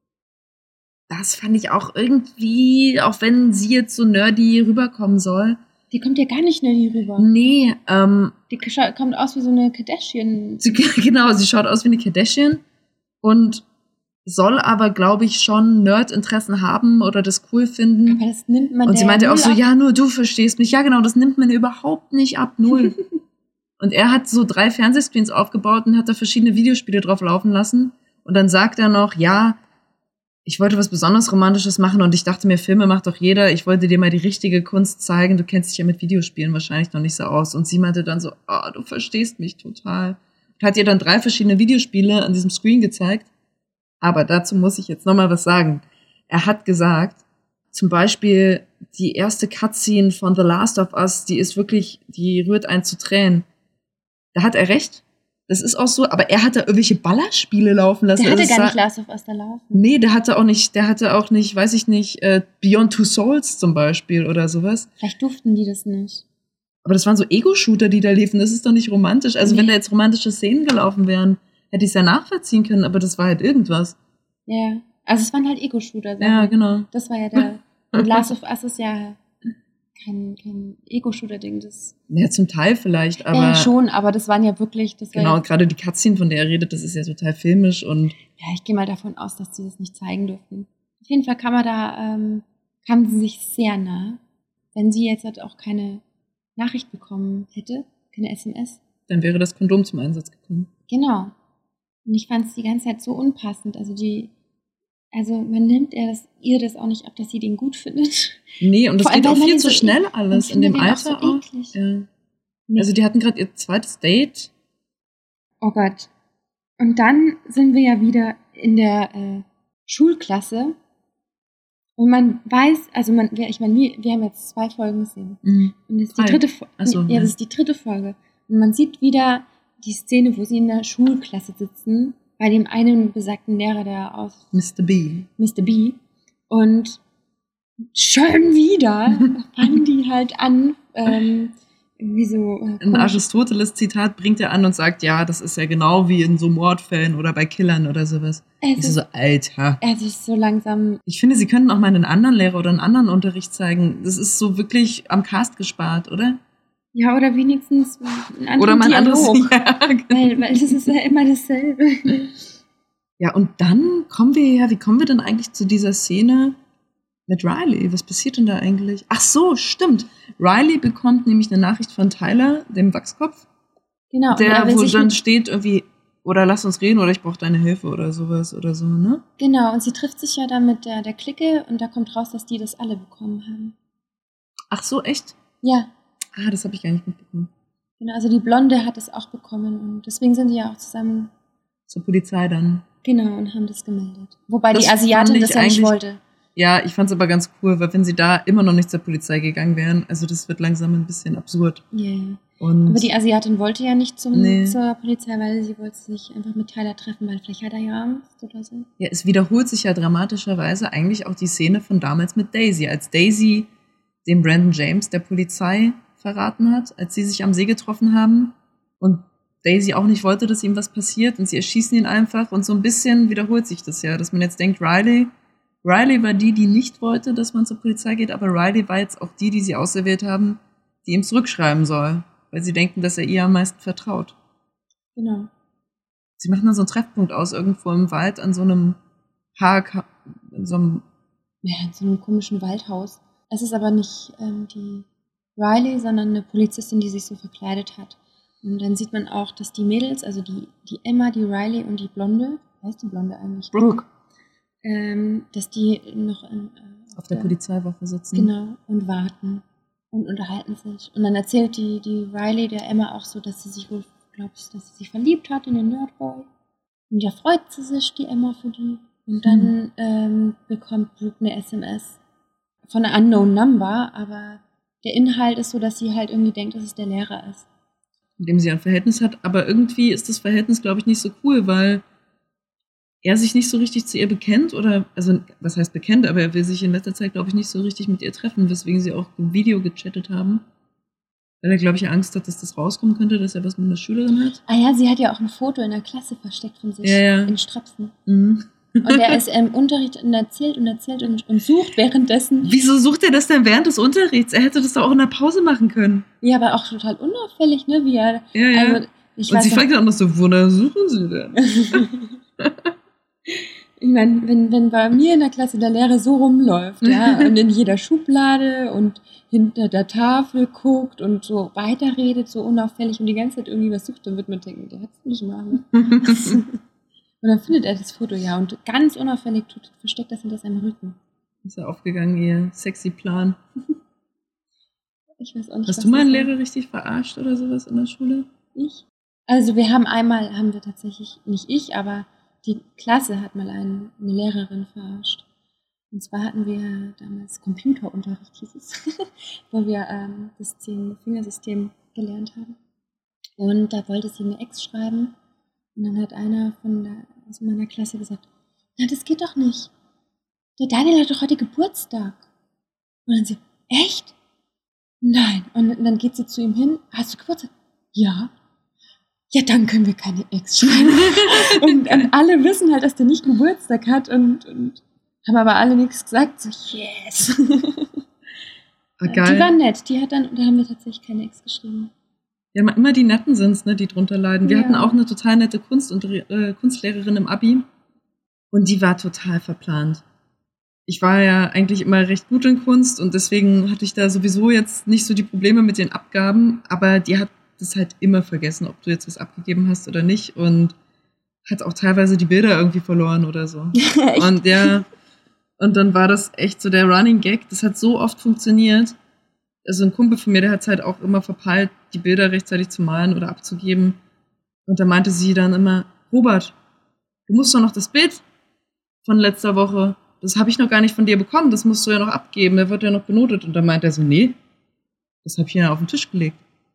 Speaker 2: das fand ich auch irgendwie, auch wenn sie jetzt so nerdy rüberkommen soll.
Speaker 3: Die kommt ja gar nicht nerdy rüber.
Speaker 2: Nee,
Speaker 3: die kommt aus wie so eine Kardashian.
Speaker 2: Genau, sie schaut aus wie eine Kardashian und soll aber, glaube ich, schon Nerd-Interessen haben oder das cool finden.
Speaker 3: Aber das nimmt man.
Speaker 2: Und sie meinte auch so, ja, nur du verstehst mich. Ja, genau, das nimmt man überhaupt nicht ab, 0. Und er hat so 3 Fernsehscreens aufgebaut und hat da verschiedene Videospiele drauf laufen lassen. Und dann sagt er noch, ja, ich wollte was besonders Romantisches machen und ich dachte mir, Filme macht doch jeder. Ich wollte dir mal die richtige Kunst zeigen. Du kennst dich ja mit Videospielen wahrscheinlich noch nicht so aus. Und sie meinte dann so, du verstehst mich total. Und hat ihr dann 3 verschiedene Videospiele an diesem Screen gezeigt. Aber dazu muss ich jetzt nochmal was sagen. Er hat gesagt, zum Beispiel die erste Cutscene von The Last of Us, die rührt einen zu Tränen. Da hat er recht. Das ist auch so, aber er hat da irgendwelche Ballerspiele laufen lassen.
Speaker 3: Der hatte gar nicht Last of Us da laufen.
Speaker 2: Nee, der hatte auch nicht, weiß ich nicht, Beyond Two Souls zum Beispiel oder sowas.
Speaker 3: Vielleicht durften die das nicht.
Speaker 2: Aber das waren so Ego-Shooter, die da liefen. Das ist doch nicht romantisch. Also wenn da jetzt romantische Szenen gelaufen wären, hätte ich es ja nachvollziehen können, aber das war halt irgendwas.
Speaker 3: Ja, also es waren halt Ego-Shooter.
Speaker 2: Ja, genau.
Speaker 3: Das war ja der. Und Last of Us ist ja kein Ego-Shooter-Ding.
Speaker 2: Ja, zum Teil vielleicht, aber.
Speaker 3: Ja, schon, aber das waren ja wirklich.
Speaker 2: Genau, gerade die Cutscene, von der er redet, das ist ja total filmisch und.
Speaker 3: Ja, ich gehe mal davon aus, dass sie das nicht zeigen durften. Auf jeden Fall kamen sie sich sehr nah. Wenn sie jetzt halt auch keine Nachricht bekommen hätte, keine SMS.
Speaker 2: Dann wäre das Kondom zum Einsatz gekommen.
Speaker 3: Genau. Und ich fand es die ganze Zeit so unpassend. Also man nimmt ihr das auch nicht ab, dass sie den gut findet.
Speaker 2: Nee, und das geht auch viel zu schnell alles in dem Alter
Speaker 3: auch. So eklig.
Speaker 2: Ja. Also die hatten gerade ihr zweites Date.
Speaker 3: Oh Gott. Und dann sind wir ja wieder in der Schulklasse. Und man weiß, also wir haben jetzt 2 Folgen gesehen.
Speaker 2: Mhm.
Speaker 3: Und das ist die dritte Folge. Das ist die 3. Folge. Und man sieht wieder die Szene, wo sie in der Schulklasse sitzen, bei dem einen besagten Lehrer, der aus
Speaker 2: Mr. B.
Speaker 3: Und schon wieder fangen die halt an, irgendwie so.
Speaker 2: Ein Aristoteles-Zitat bringt er an und sagt, ja, das ist ja genau wie in so Mordfällen oder bei Killern oder sowas. So, Alter.
Speaker 3: Es ist so langsam.
Speaker 2: Ich finde, sie könnten auch mal einen anderen Lehrer oder einen anderen Unterricht zeigen. Das ist so wirklich am Cast gespart, oder?
Speaker 3: Ja, oder wenigstens
Speaker 2: ein anderes Dialog. Ja,
Speaker 3: genau. Weil das ist ja immer dasselbe.
Speaker 2: Ja, und dann wie kommen wir denn eigentlich zu dieser Szene mit Riley? Was passiert denn da eigentlich? Ach so, stimmt. Riley bekommt nämlich eine Nachricht von Tyler, dem Wachskopf.
Speaker 3: Genau.
Speaker 2: Wo dann steht irgendwie, oder lass uns reden oder ich brauche deine Hilfe oder sowas oder so, ne?
Speaker 3: Genau, und sie trifft sich ja dann mit der Clique und da kommt raus, dass die das alle bekommen haben.
Speaker 2: Ach so, echt?
Speaker 3: Ja.
Speaker 2: Das habe ich gar nicht mitbekommen.
Speaker 3: Genau, also die Blonde hat es auch bekommen und deswegen sind die ja auch zusammen
Speaker 2: zur Polizei dann.
Speaker 3: Genau, und haben das gemeldet. Wobei die Asiatin das ja nicht wollte.
Speaker 2: Ja, ich fand es aber ganz cool, weil wenn sie da immer noch nicht zur Polizei gegangen wären, also das wird langsam ein bisschen absurd.
Speaker 3: Ja. Aber die Asiatin wollte ja nicht zur Polizei, weil sie wollte sich einfach mit Tyler treffen, weil vielleicht hat er ja Angst oder so.
Speaker 2: Ja, es wiederholt sich ja dramatischerweise eigentlich auch die Szene von damals mit Daisy, als Daisy den Brandon James der Polizei verraten hat, als sie sich am See getroffen haben und Daisy auch nicht wollte, dass ihm was passiert und sie erschießen ihn einfach und so ein bisschen wiederholt sich das ja, dass man jetzt denkt, Riley war die nicht wollte, dass man zur Polizei geht, aber Riley war jetzt auch die sie auserwählt haben, die ihm zurückschreiben soll, weil sie denken, dass er ihr am meisten vertraut.
Speaker 3: Genau.
Speaker 2: Sie machen dann so einen Treffpunkt aus, irgendwo im Wald an so einem Park, in so einem
Speaker 3: komischen Waldhaus. Es ist aber nicht die Riley, sondern eine Polizistin, die sich so verkleidet hat. Und dann sieht man auch, dass die Mädels, also die Emma, die Riley und die Blonde, wie heißt die Blonde eigentlich?
Speaker 2: Brooke.
Speaker 3: Dass die noch
Speaker 2: auf der Polizeiwache sitzen.
Speaker 3: Genau, und warten und unterhalten sich. Und dann erzählt die Riley der Emma auch so, dass sie sich wohl, dass sie sich verliebt hat in den Nerdboy. Und ja, freut sie sich, die Emma, für die. Und dann bekommt Brooke eine SMS von einer Unknown Number, aber der Inhalt ist so, dass sie halt irgendwie denkt, dass es der Lehrer ist.
Speaker 2: Mit dem sie ein Verhältnis hat, aber irgendwie ist das Verhältnis, glaube ich, nicht so cool, weil er sich nicht so richtig zu ihr bekennt oder, also was heißt bekennt, aber er will sich in letzter Zeit, glaube ich, nicht so richtig mit ihr treffen, weswegen sie auch im Video gechattet haben. Weil er, glaube ich, Angst hat, dass das rauskommen könnte, dass er was mit einer Schülerin hat.
Speaker 3: Ah ja, sie hat ja auch ein Foto in der Klasse versteckt von sich in Strapsen.
Speaker 2: Mhm.
Speaker 3: Und er ist im Unterricht und erzählt und sucht währenddessen.
Speaker 2: Wieso sucht er das denn während des Unterrichts? Er hätte das doch auch in der Pause machen können.
Speaker 3: Ja, aber auch total unauffällig, ne? Wie er.
Speaker 2: Ja.
Speaker 3: Also,
Speaker 2: und sie fragt dann auch noch so, wonach suchen Sie denn?
Speaker 3: Ich meine, wenn bei mir in der Klasse der Lehrer so rumläuft, ja, und in jeder Schublade und hinter der Tafel guckt und so weiterredet, so unauffällig und die ganze Zeit irgendwie was sucht, dann wird man denken, der hat's nicht mal. Ne? Und dann findet er das Foto ja und ganz unauffällig versteckt das hinter seinem Rücken.
Speaker 2: Ist ja aufgegangen, ihr sexy Plan.
Speaker 3: Ich weiß auch nicht,
Speaker 2: Hast du mal einen Lehrer richtig verarscht oder sowas in der Schule?
Speaker 3: Ich? Also haben wir tatsächlich, nicht ich, aber die Klasse hat mal eine Lehrerin verarscht. Und zwar hatten wir damals Computerunterricht, hieß es, wo wir das 10-Fingersystem gelernt haben. Und da wollte sie eine Ex schreiben. Und dann hat einer aus meiner Klasse gesagt, na, das geht doch nicht. Der Daniel hat doch heute Geburtstag. Und dann sie, echt? Nein. Und dann geht sie zu ihm hin, hast du Geburtstag? Ja. Ja, dann können wir keine Ex schreiben. und alle wissen halt, dass der nicht Geburtstag hat und haben aber alle nichts gesagt. So, yes.
Speaker 2: Geil.
Speaker 3: Die war nett. Da haben wir tatsächlich keine Ex geschrieben.
Speaker 2: Ja, immer die Netten sind's, ne, die drunter leiden. Wir hatten auch eine total nette Kunstlehrerin im Abi. Und die war total verplant. Ich war ja eigentlich immer recht gut in Kunst und deswegen hatte ich da sowieso jetzt nicht so die Probleme mit den Abgaben. Aber die hat das halt immer vergessen, ob du jetzt was abgegeben hast oder nicht. Und hat auch teilweise die Bilder irgendwie verloren oder so. Und ja, und dann war das echt so der Running Gag. Das hat so oft funktioniert. Also ein Kumpel von mir, der hat es halt auch immer verpeilt, die Bilder rechtzeitig zu malen oder abzugeben. Und da meinte sie dann immer, Robert, du musst doch noch das Bild von letzter Woche, das habe ich noch gar nicht von dir bekommen, das musst du ja noch abgeben, der wird ja noch benotet. Und dann meinte er so, nee, das habe ich ja auf den Tisch gelegt.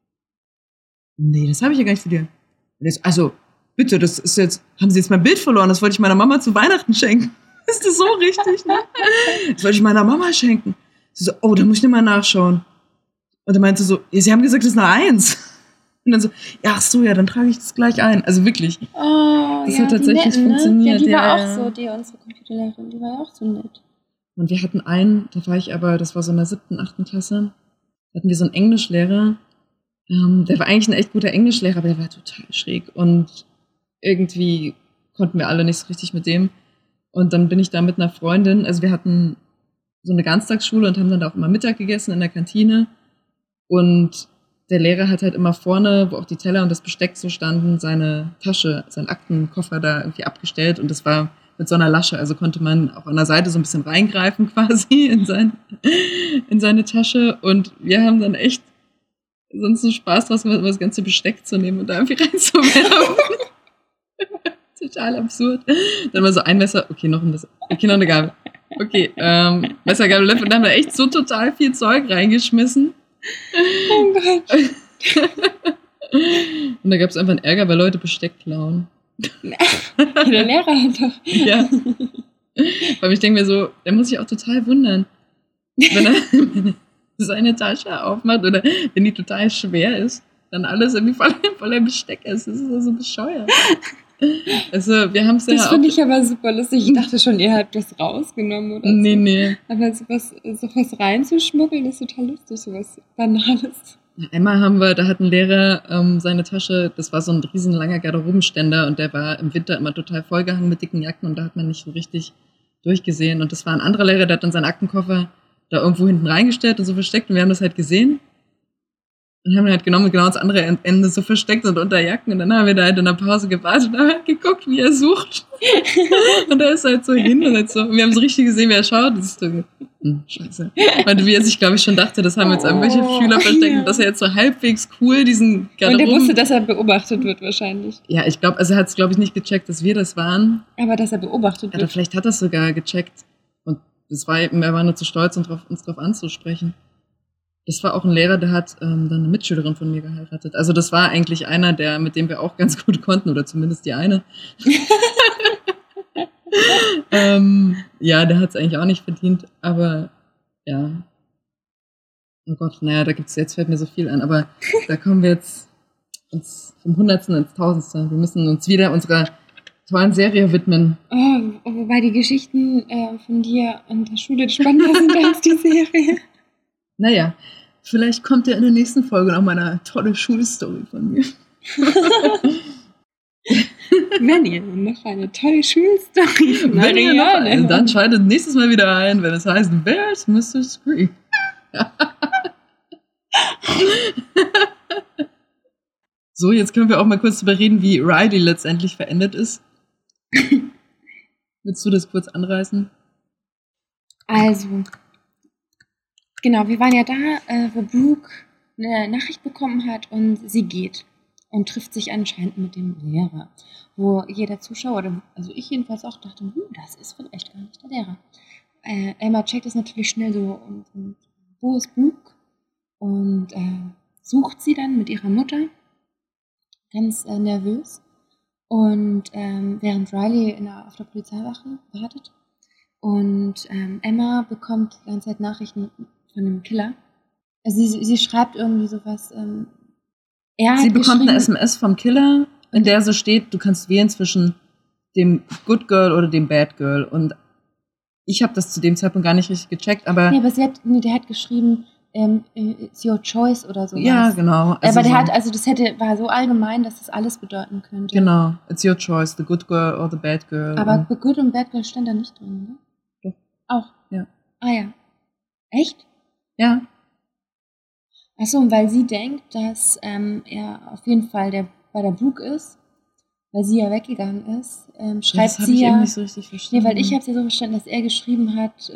Speaker 2: Nee, das habe ich ja gar nicht für dir. Also, bitte, das ist jetzt, haben Sie jetzt mein Bild verloren, das wollte ich meiner Mama zu Weihnachten schenken. Ist das so richtig, ne? Das wollte ich meiner Mama schenken. Sie so, oh, da muss ich nicht mal nachschauen. Und dann meinte sie so, ja, Sie haben gesagt, das ist eine 1. Und dann so, ja, ach so, ja, dann trage ich das gleich ein. Also wirklich.
Speaker 3: Oh,
Speaker 2: das hat tatsächlich funktioniert.
Speaker 3: Ja, die war auch so, unsere Computerlehrerin, die war ja auch so nett.
Speaker 2: Und wir hatten einen, das war so in der 7., 8. Klasse, da hatten wir so einen Englischlehrer. Der war eigentlich ein echt guter Englischlehrer, aber der war total schräg. Und irgendwie konnten wir alle nicht so richtig mit dem. Und dann bin ich da mit einer Freundin, also wir hatten so eine Ganztagsschule und haben dann da auch immer Mittag gegessen in der Kantine. Und der Lehrer hat halt immer vorne, wo auch die Teller und das Besteck so standen, seine Tasche, seinen Aktenkoffer da irgendwie abgestellt. Und das war mit so einer Lasche, also konnte man auch an der Seite so ein bisschen reingreifen quasi in seine Tasche. Und wir haben dann echt sonst so Spaß draus gemacht, das ganze Besteck zu nehmen und da irgendwie reinzuwerfen. Total absurd. Dann war so ein Messer, okay, noch ein Messer, okay, noch eine Gabel. Okay, Messer, Gabel, Löffel. Und dann haben wir echt so total viel Zeug reingeschmissen. Oh Gott. Und da gab es einfach einen Ärger, weil Leute Besteck klauen.
Speaker 3: Der Lehrer hat doch.
Speaker 2: Ja. Weil ich denke mir so, der muss sich auch total wundern, wenn er seine Tasche aufmacht oder wenn die total schwer ist, dann alles irgendwie voller Besteck ist. Das ist so bescheuert. Also, wir haben es ja
Speaker 3: das
Speaker 2: auch...
Speaker 3: finde ich aber super lustig. Ich dachte schon, ihr habt das rausgenommen oder so.
Speaker 2: Nee.
Speaker 3: Aber sowas reinzuschmuggeln ist total lustig, sowas Banales.
Speaker 2: Einmal da hat ein Lehrer seine Tasche, das war so ein riesenlanger Garderobenständer und der war im Winter immer total vollgehangen mit dicken Jacken und da hat man nicht so richtig durchgesehen. Und das war ein anderer Lehrer, der hat dann seinen Aktenkoffer da irgendwo hinten reingestellt und so versteckt und wir haben das halt gesehen. Und haben halt genau das andere Ende so versteckt und unter Jacken. Und dann haben wir da halt in der Pause gewartet und haben halt geguckt, wie er sucht. Und er ist halt so hin und halt so. Und wir haben so richtig gesehen, wie er schaut. Das ist so, scheiße. Und wie er sich, glaube ich, schon dachte, das haben jetzt irgendwelche Schüler versteckt. Ja. Und dass er jetzt so halbwegs cool diesen
Speaker 3: Garderoben... Und er wusste, dass er beobachtet wird wahrscheinlich.
Speaker 2: Ja, ich glaube, also er hat es, glaube ich, nicht gecheckt, dass wir das waren.
Speaker 3: Aber dass er beobachtet wird.
Speaker 2: Oder vielleicht hat er es sogar gecheckt. Und er war nur zu stolz, uns drauf anzusprechen. Das war auch ein Lehrer, der hat dann eine Mitschülerin von mir geheiratet. Also das war eigentlich einer, mit dem wir auch ganz gut konnten, oder zumindest die eine. Ja, der hat es eigentlich auch nicht verdient, aber ja. Oh Gott, naja, jetzt fällt mir so viel an, aber da kommen wir jetzt uns vom Hundertsten ins Tausendste. Wir müssen uns wieder unserer tollen Serie widmen.
Speaker 3: Oh, wobei die Geschichten von dir an der Schule spannender sind als die Serie.
Speaker 2: Naja, vielleicht kommt ja in der nächsten Folge noch mal eine tolle Schulstory von mir.
Speaker 3: Wenn ihr noch eine tolle Schulstory von Marianne
Speaker 2: dann schaltet nächstes Mal wieder ein, wenn es heißt, wer ist Mr. Scree? So, jetzt können wir auch mal kurz darüber reden, wie Riley letztendlich verendet ist. Willst du das kurz anreißen?
Speaker 3: Also, genau, wir waren ja da, wo Brooke eine Nachricht bekommen hat und sie geht und trifft sich anscheinend mit dem Lehrer, wo jeder Zuschauer, also ich jedenfalls auch dachte, das ist vielleicht gar nicht der Lehrer. Emma checkt es natürlich schnell so und wo ist Brooke? Und sucht sie dann mit ihrer Mutter, ganz nervös. Und während Riley auf der Polizeiwache wartet. Und Emma bekommt die ganze Zeit Nachrichten von dem Killer. Also sie schreibt irgendwie sowas.
Speaker 2: Sie bekommt eine SMS vom Killer, in der so steht, du kannst wählen zwischen dem Good Girl oder dem Bad Girl. Und ich habe das zu dem Zeitpunkt gar nicht richtig gecheckt, aber...
Speaker 3: Ja, aber der hat geschrieben, it's your choice oder sowas.
Speaker 2: Ja, genau.
Speaker 3: Also aber war so allgemein, dass das alles bedeuten könnte.
Speaker 2: Genau, it's your choice, the good girl or the bad girl.
Speaker 3: Aber the good und bad girl stand da nicht drin, ne?
Speaker 2: Doch.
Speaker 3: Auch?
Speaker 2: Ja.
Speaker 3: Ah ja. Echt?
Speaker 2: Ja.
Speaker 3: Achso, und weil sie denkt, dass er auf jeden Fall bei der Brooke ist, weil sie ja weggegangen ist, schreibt
Speaker 2: das
Speaker 3: sie
Speaker 2: ich
Speaker 3: ja...
Speaker 2: eben nicht so richtig verstanden.
Speaker 3: Nee, weil ich habe es ja so verstanden, dass er geschrieben hat,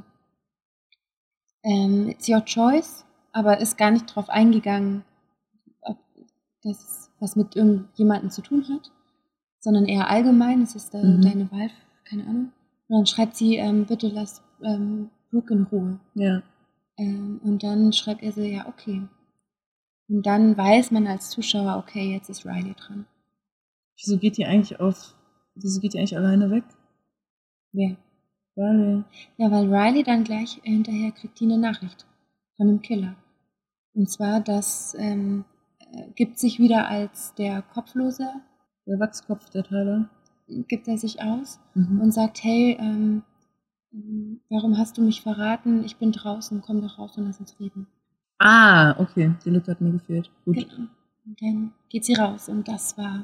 Speaker 3: it's your choice, aber ist gar nicht drauf eingegangen, ob das was mit irgendjemandem zu tun hat, sondern eher allgemein, es ist deine Wahl, keine Ahnung. Und dann schreibt sie, bitte lass Brooke in Ruhe.
Speaker 2: Ja.
Speaker 3: Und dann schreibt er so, ja, okay. Und dann weiß man als Zuschauer, okay, jetzt ist Riley dran.
Speaker 2: Wieso geht die eigentlich alleine weg?
Speaker 3: Wer?
Speaker 2: Riley.
Speaker 3: Ja, weil Riley dann gleich hinterher kriegt die eine Nachricht von dem Killer. Und zwar, das gibt sich wieder als der Kopflose.
Speaker 2: Der Wachskopf, der Tyler.
Speaker 3: Gibt er sich aus und sagt, hey, warum hast du mich verraten? Ich bin draußen, komm doch raus und lass uns reden.
Speaker 2: Ah, okay. Die Lücke hat mir gefehlt. Gut.
Speaker 3: Genau. Und dann geht sie raus und das war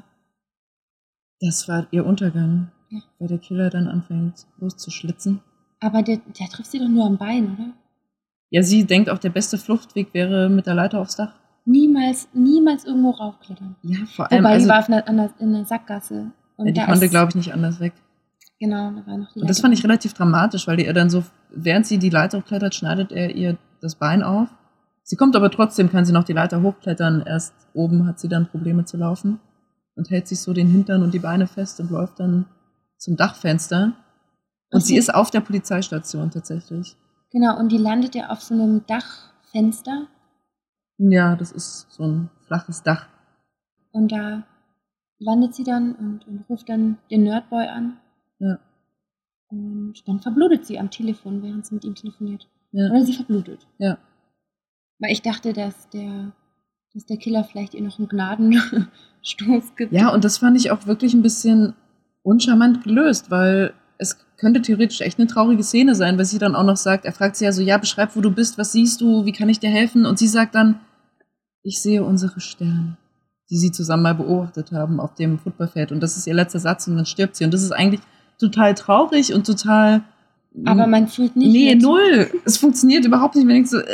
Speaker 2: ihr Untergang.
Speaker 3: Ja.
Speaker 2: Weil der Killer dann anfängt loszuschlitzen.
Speaker 3: Aber der trifft sie doch nur am Bein, oder?
Speaker 2: Ja, sie denkt auch, der beste Fluchtweg wäre mit der Leiter aufs Dach.
Speaker 3: Niemals irgendwo raufklettern.
Speaker 2: Ja, vor allem.
Speaker 3: Wobei, die war in der Sackgasse. Und
Speaker 2: ja, die konnte, glaube ich, nicht anders weg.
Speaker 3: Genau, da war noch die Leiter.
Speaker 2: Und das fand ich relativ dramatisch, weil ihr dann so, während sie die Leiter hochklettert, schneidet er ihr das Bein auf. Sie kommt aber trotzdem, kann sie noch die Leiter hochklettern. Erst oben hat sie dann Probleme zu laufen und hält sich so den Hintern und die Beine fest und läuft dann zum Dachfenster. Und sie ist auf der Polizeistation tatsächlich.
Speaker 3: Genau, und die landet ja auf so einem Dachfenster.
Speaker 2: Ja, das ist so ein flaches Dach.
Speaker 3: Und da landet sie dann und ruft dann den Nerdboy an.
Speaker 2: Ja.
Speaker 3: Und dann verblutet sie am Telefon, während sie mit ihm telefoniert.
Speaker 2: Ja.
Speaker 3: Oder sie verblutet.
Speaker 2: Ja.
Speaker 3: Weil ich dachte, dass der Killer vielleicht ihr noch einen Gnadenstoß gibt.
Speaker 2: Ja, und das fand ich auch wirklich ein bisschen uncharmant gelöst, weil es könnte theoretisch echt eine traurige Szene sein, weil sie dann auch noch sagt, er fragt sie ja so, ja, beschreib, wo du bist, was siehst du, wie kann ich dir helfen? Und sie sagt dann, ich sehe unsere Sterne, die sie zusammen mal beobachtet haben auf dem Footballfeld. Und das ist ihr letzter Satz und dann stirbt sie. Und das ist eigentlich total traurig und total...
Speaker 3: Aber man fühlt nicht...
Speaker 2: Nee, null. Es funktioniert überhaupt nicht. Man denkt so,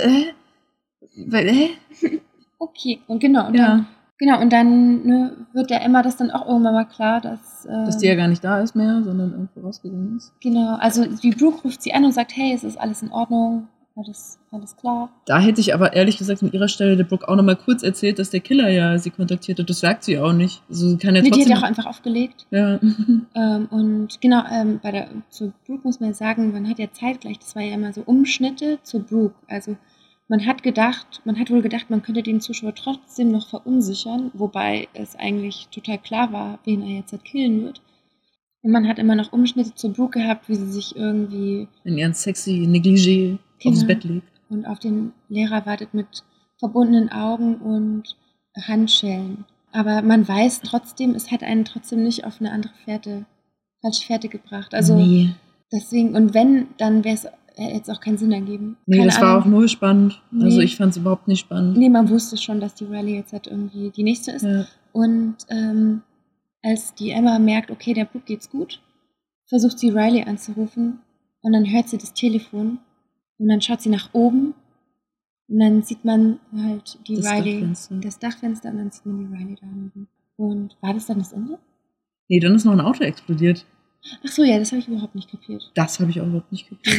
Speaker 3: Okay, und genau. Und
Speaker 2: ja.
Speaker 3: Dann wird der Emma das dann auch irgendwann mal klar, dass
Speaker 2: die ja gar nicht da ist mehr, sondern irgendwo rausgegangen ist.
Speaker 3: Genau, also die Brooke ruft sie an und sagt, hey, es ist alles in Ordnung, alles klar.
Speaker 2: Da hätte ich aber ehrlich gesagt an ihrer Stelle der Brooke auch noch mal kurz erzählt, dass der Killer ja sie kontaktiert hat. Das sagt sie auch nicht. Also sie kann ja trotzdem...
Speaker 3: Die hat ja auch einfach aufgelegt.
Speaker 2: Ja.
Speaker 3: Und genau, zu Brooke muss man sagen, man hat ja zeitgleich, das war ja immer so Umschnitte zu Brooke. Also man hat wohl gedacht, man könnte den Zuschauer trotzdem noch verunsichern, wobei es eigentlich total klar war, wen er jetzt killen wird. Und man hat immer noch Umschnitte zu Brooke gehabt, wie sie sich irgendwie
Speaker 2: in ihren sexy Negligé aufs Bett legt.
Speaker 3: Und auf den Lehrer wartet mit verbundenen Augen und Handschellen. Aber man weiß trotzdem, es hat einen trotzdem nicht auf eine andere falsche Fährte gebracht. Also
Speaker 2: nee.
Speaker 3: Deswegen, und wenn, dann wäre es jetzt auch keinen Sinn ergeben.
Speaker 2: Nee, das war auch null spannend. Nee. Also ich fand es überhaupt nicht spannend.
Speaker 3: Nee, man wusste schon, dass die Riley jetzt halt irgendwie die nächste ist.
Speaker 2: Ja.
Speaker 3: Und als die Emma merkt, okay, der Brooke geht's gut, versucht sie Riley anzurufen und dann hört sie das Telefon und dann schaut sie nach oben und dann sieht man halt die Riley, das Dachfenster und dann sieht man die Riley da oben. Und war das dann das Ende?
Speaker 2: Nee, dann ist noch ein Auto explodiert.
Speaker 3: Ach so, ja, das habe ich überhaupt nicht kapiert.
Speaker 2: Das habe ich auch überhaupt nicht kapiert.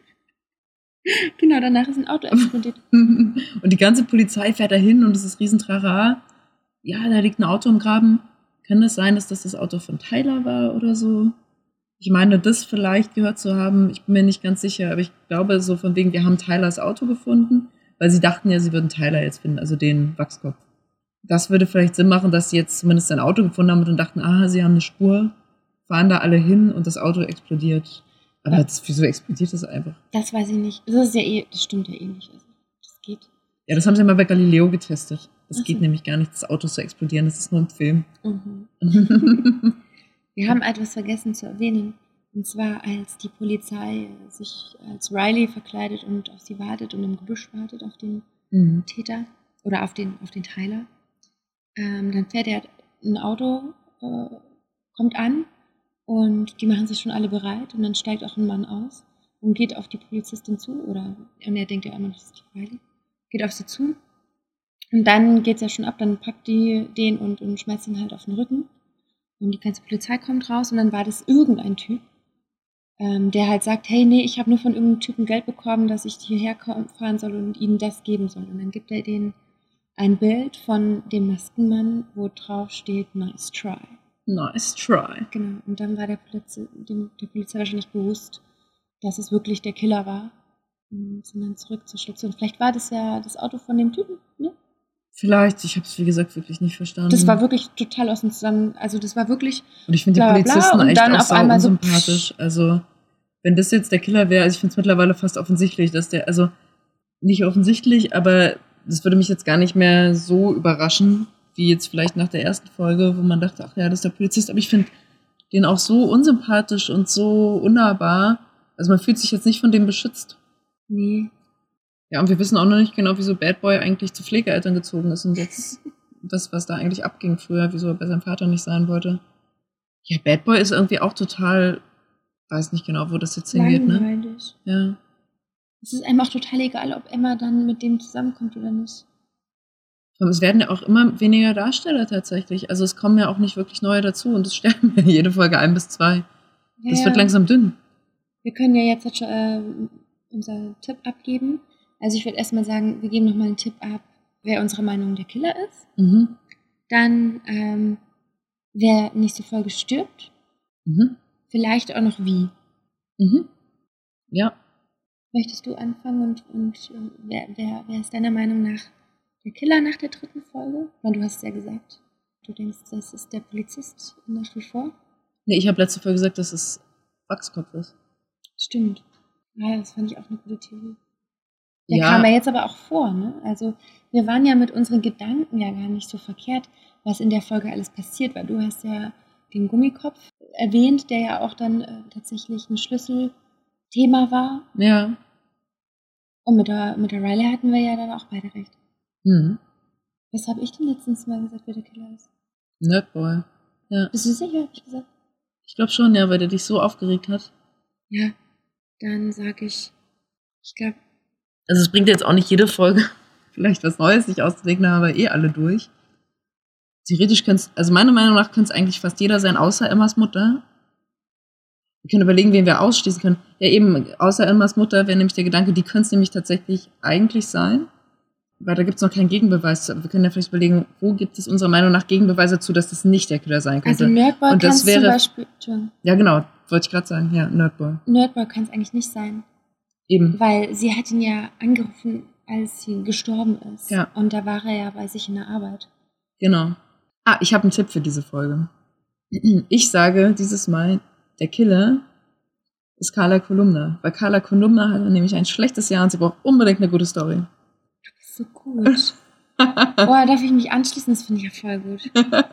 Speaker 3: Genau, danach ist ein Auto explodiert.
Speaker 2: Und die ganze Polizei fährt dahin und es ist Riesentrara. Ja, da liegt ein Auto im Graben. Kann es sein, dass das Auto von Tyler war oder so? Ich meine, das vielleicht gehört zu haben. Ich bin mir nicht ganz sicher, aber ich glaube so von wegen, wir haben Tylers Auto gefunden, weil sie dachten ja, sie würden Tyler jetzt finden, also den Wachskopf. Das würde vielleicht Sinn machen, dass sie jetzt zumindest sein Auto gefunden haben und dann dachten, sie haben eine Spur, fahren da alle hin und das Auto explodiert. Aber wieso explodiert das einfach?
Speaker 3: Das weiß ich nicht. Das stimmt ja eh nicht. Also, das geht.
Speaker 2: Ja, das haben sie mal bei Galileo getestet. Das geht nämlich gar nicht, das Auto zu explodieren. Das ist nur ein Film.
Speaker 3: Mhm. Wir haben etwas vergessen zu erwähnen. Und zwar, als die Polizei sich als Riley verkleidet und auf sie wartet und im Gebüsch wartet auf den Täter oder auf den Tyler. Dann fährt ein Auto, kommt an. Und die machen sich schon alle bereit und dann steigt auch ein Mann aus und geht auf die Polizistin zu und er denkt ja immer, das ist die Riley, geht auf sie zu und dann geht's ja schon ab, dann packt die den und schmeißt ihn halt auf den Rücken und die ganze Polizei kommt raus und dann war das irgendein Typ, der halt sagt, hey, nee, ich habe nur von irgendeinem Typen Geld bekommen, dass ich hierher fahren soll und ihnen das geben soll und dann gibt er denen ein Bild von dem Maskenmann, wo drauf steht, nice try.
Speaker 2: Nice try.
Speaker 3: Genau, und dann war der Polizei wahrscheinlich bewusst, dass es wirklich der Killer war. Und sind dann zurück zur Station. Vielleicht war das ja das Auto von dem Typen, ne?
Speaker 2: Vielleicht, ich habe es wie gesagt wirklich nicht verstanden.
Speaker 3: Das war wirklich total aus dem Zusammenhang. Also das war wirklich.
Speaker 2: Und ich finde die Polizisten echt auch sau unsympathisch. Also wenn das jetzt der Killer wäre, also ich finde es mittlerweile fast offensichtlich, dass der, also nicht offensichtlich, aber das würde mich jetzt gar nicht mehr so überraschen, wie jetzt vielleicht nach der ersten Folge, wo man dachte, ach ja, das ist der Polizist. Aber ich finde den auch so unsympathisch und so unnahbar. Also man fühlt sich jetzt nicht von dem beschützt.
Speaker 3: Nee.
Speaker 2: Ja, und wir wissen auch noch nicht genau, wieso Bad Boy eigentlich zu Pflegeeltern gezogen ist und jetzt was da eigentlich abging früher, wieso er bei seinem Vater nicht sein wollte. Ja, Bad Boy ist irgendwie auch total, weiß nicht genau, wo das jetzt hingeht, ne? Ja.
Speaker 3: Es ist einem auch total egal, ob Emma dann mit dem zusammenkommt oder nicht.
Speaker 2: Es werden ja auch immer weniger Darsteller tatsächlich. Also es kommen ja auch nicht wirklich neue dazu und es sterben ja jede Folge 1 bis 2. Das wird langsam dünn. Wir
Speaker 3: können ja jetzt unseren Tipp abgeben. Also ich würde erstmal sagen, wir geben nochmal einen Tipp ab, wer unserer Meinung der Killer ist.
Speaker 2: Mhm.
Speaker 3: Dann, wer nächste Folge stirbt.
Speaker 2: Mhm.
Speaker 3: Vielleicht auch noch wie.
Speaker 2: Mhm. Ja.
Speaker 3: Möchtest du anfangen und wer ist deiner Meinung nach der Killer nach der 3. Folge? Weil du hast es ja gesagt. Du denkst, das ist der Polizist nach wie vor?
Speaker 2: Nee, ich habe letzte Folge gesagt, dass es Wachskopf ist.
Speaker 3: Stimmt. Ja, das fand ich auch eine gute Theorie. Der kam ja jetzt aber auch vor, ne? Also wir waren ja mit unseren Gedanken ja gar nicht so verkehrt, was in der Folge alles passiert, weil du hast ja den Gummikopf erwähnt, der ja auch dann tatsächlich ein Schlüsselthema war.
Speaker 2: Ja.
Speaker 3: Und mit der Riley hatten wir ja dann auch beide recht.
Speaker 2: Mhm.
Speaker 3: Was habe ich denn letztens mal gesagt, wer der Killer ist?
Speaker 2: Nerdboy. Ja.
Speaker 3: Bist du sicher, hab ich gesagt?
Speaker 2: Ich glaube schon, ja, weil der dich so aufgeregt hat.
Speaker 3: Ja, dann sage ich glaube...
Speaker 2: Also es bringt jetzt auch nicht jede Folge vielleicht was Neues, sich auszudenken, da haben wir alle durch. Theoretisch also meiner Meinung nach könnte es eigentlich fast jeder sein, außer Emmas Mutter. Wir können überlegen, wen wir ausschließen können. Ja eben, außer Emmas Mutter wäre nämlich der Gedanke, die könnte es nämlich tatsächlich eigentlich sein. Weil da gibt es noch keinen Gegenbeweis. Aber wir können ja vielleicht überlegen, wo gibt es unserer Meinung nach Gegenbeweise dazu, dass das nicht der Killer sein könnte.
Speaker 3: Also Nerdboy kann es zum Beispiel...
Speaker 2: Ja genau, wollte ich gerade sagen. Ja, Nerdboy.
Speaker 3: Nerdboy kann es eigentlich nicht sein.
Speaker 2: Eben.
Speaker 3: Weil sie hat ihn ja angerufen, als sie gestorben ist.
Speaker 2: Ja.
Speaker 3: Und da war er ja bei sich in der Arbeit.
Speaker 2: Genau. Ich habe einen Tipp für diese Folge. Ich sage dieses Mal, der Killer ist Carla Kolumna. Weil Carla Kolumna hatte nämlich ein schlechtes Jahr und sie braucht unbedingt eine gute Story.
Speaker 3: Du bist so gut. Boah, darf ich mich anschließen? Das finde ich ja voll gut.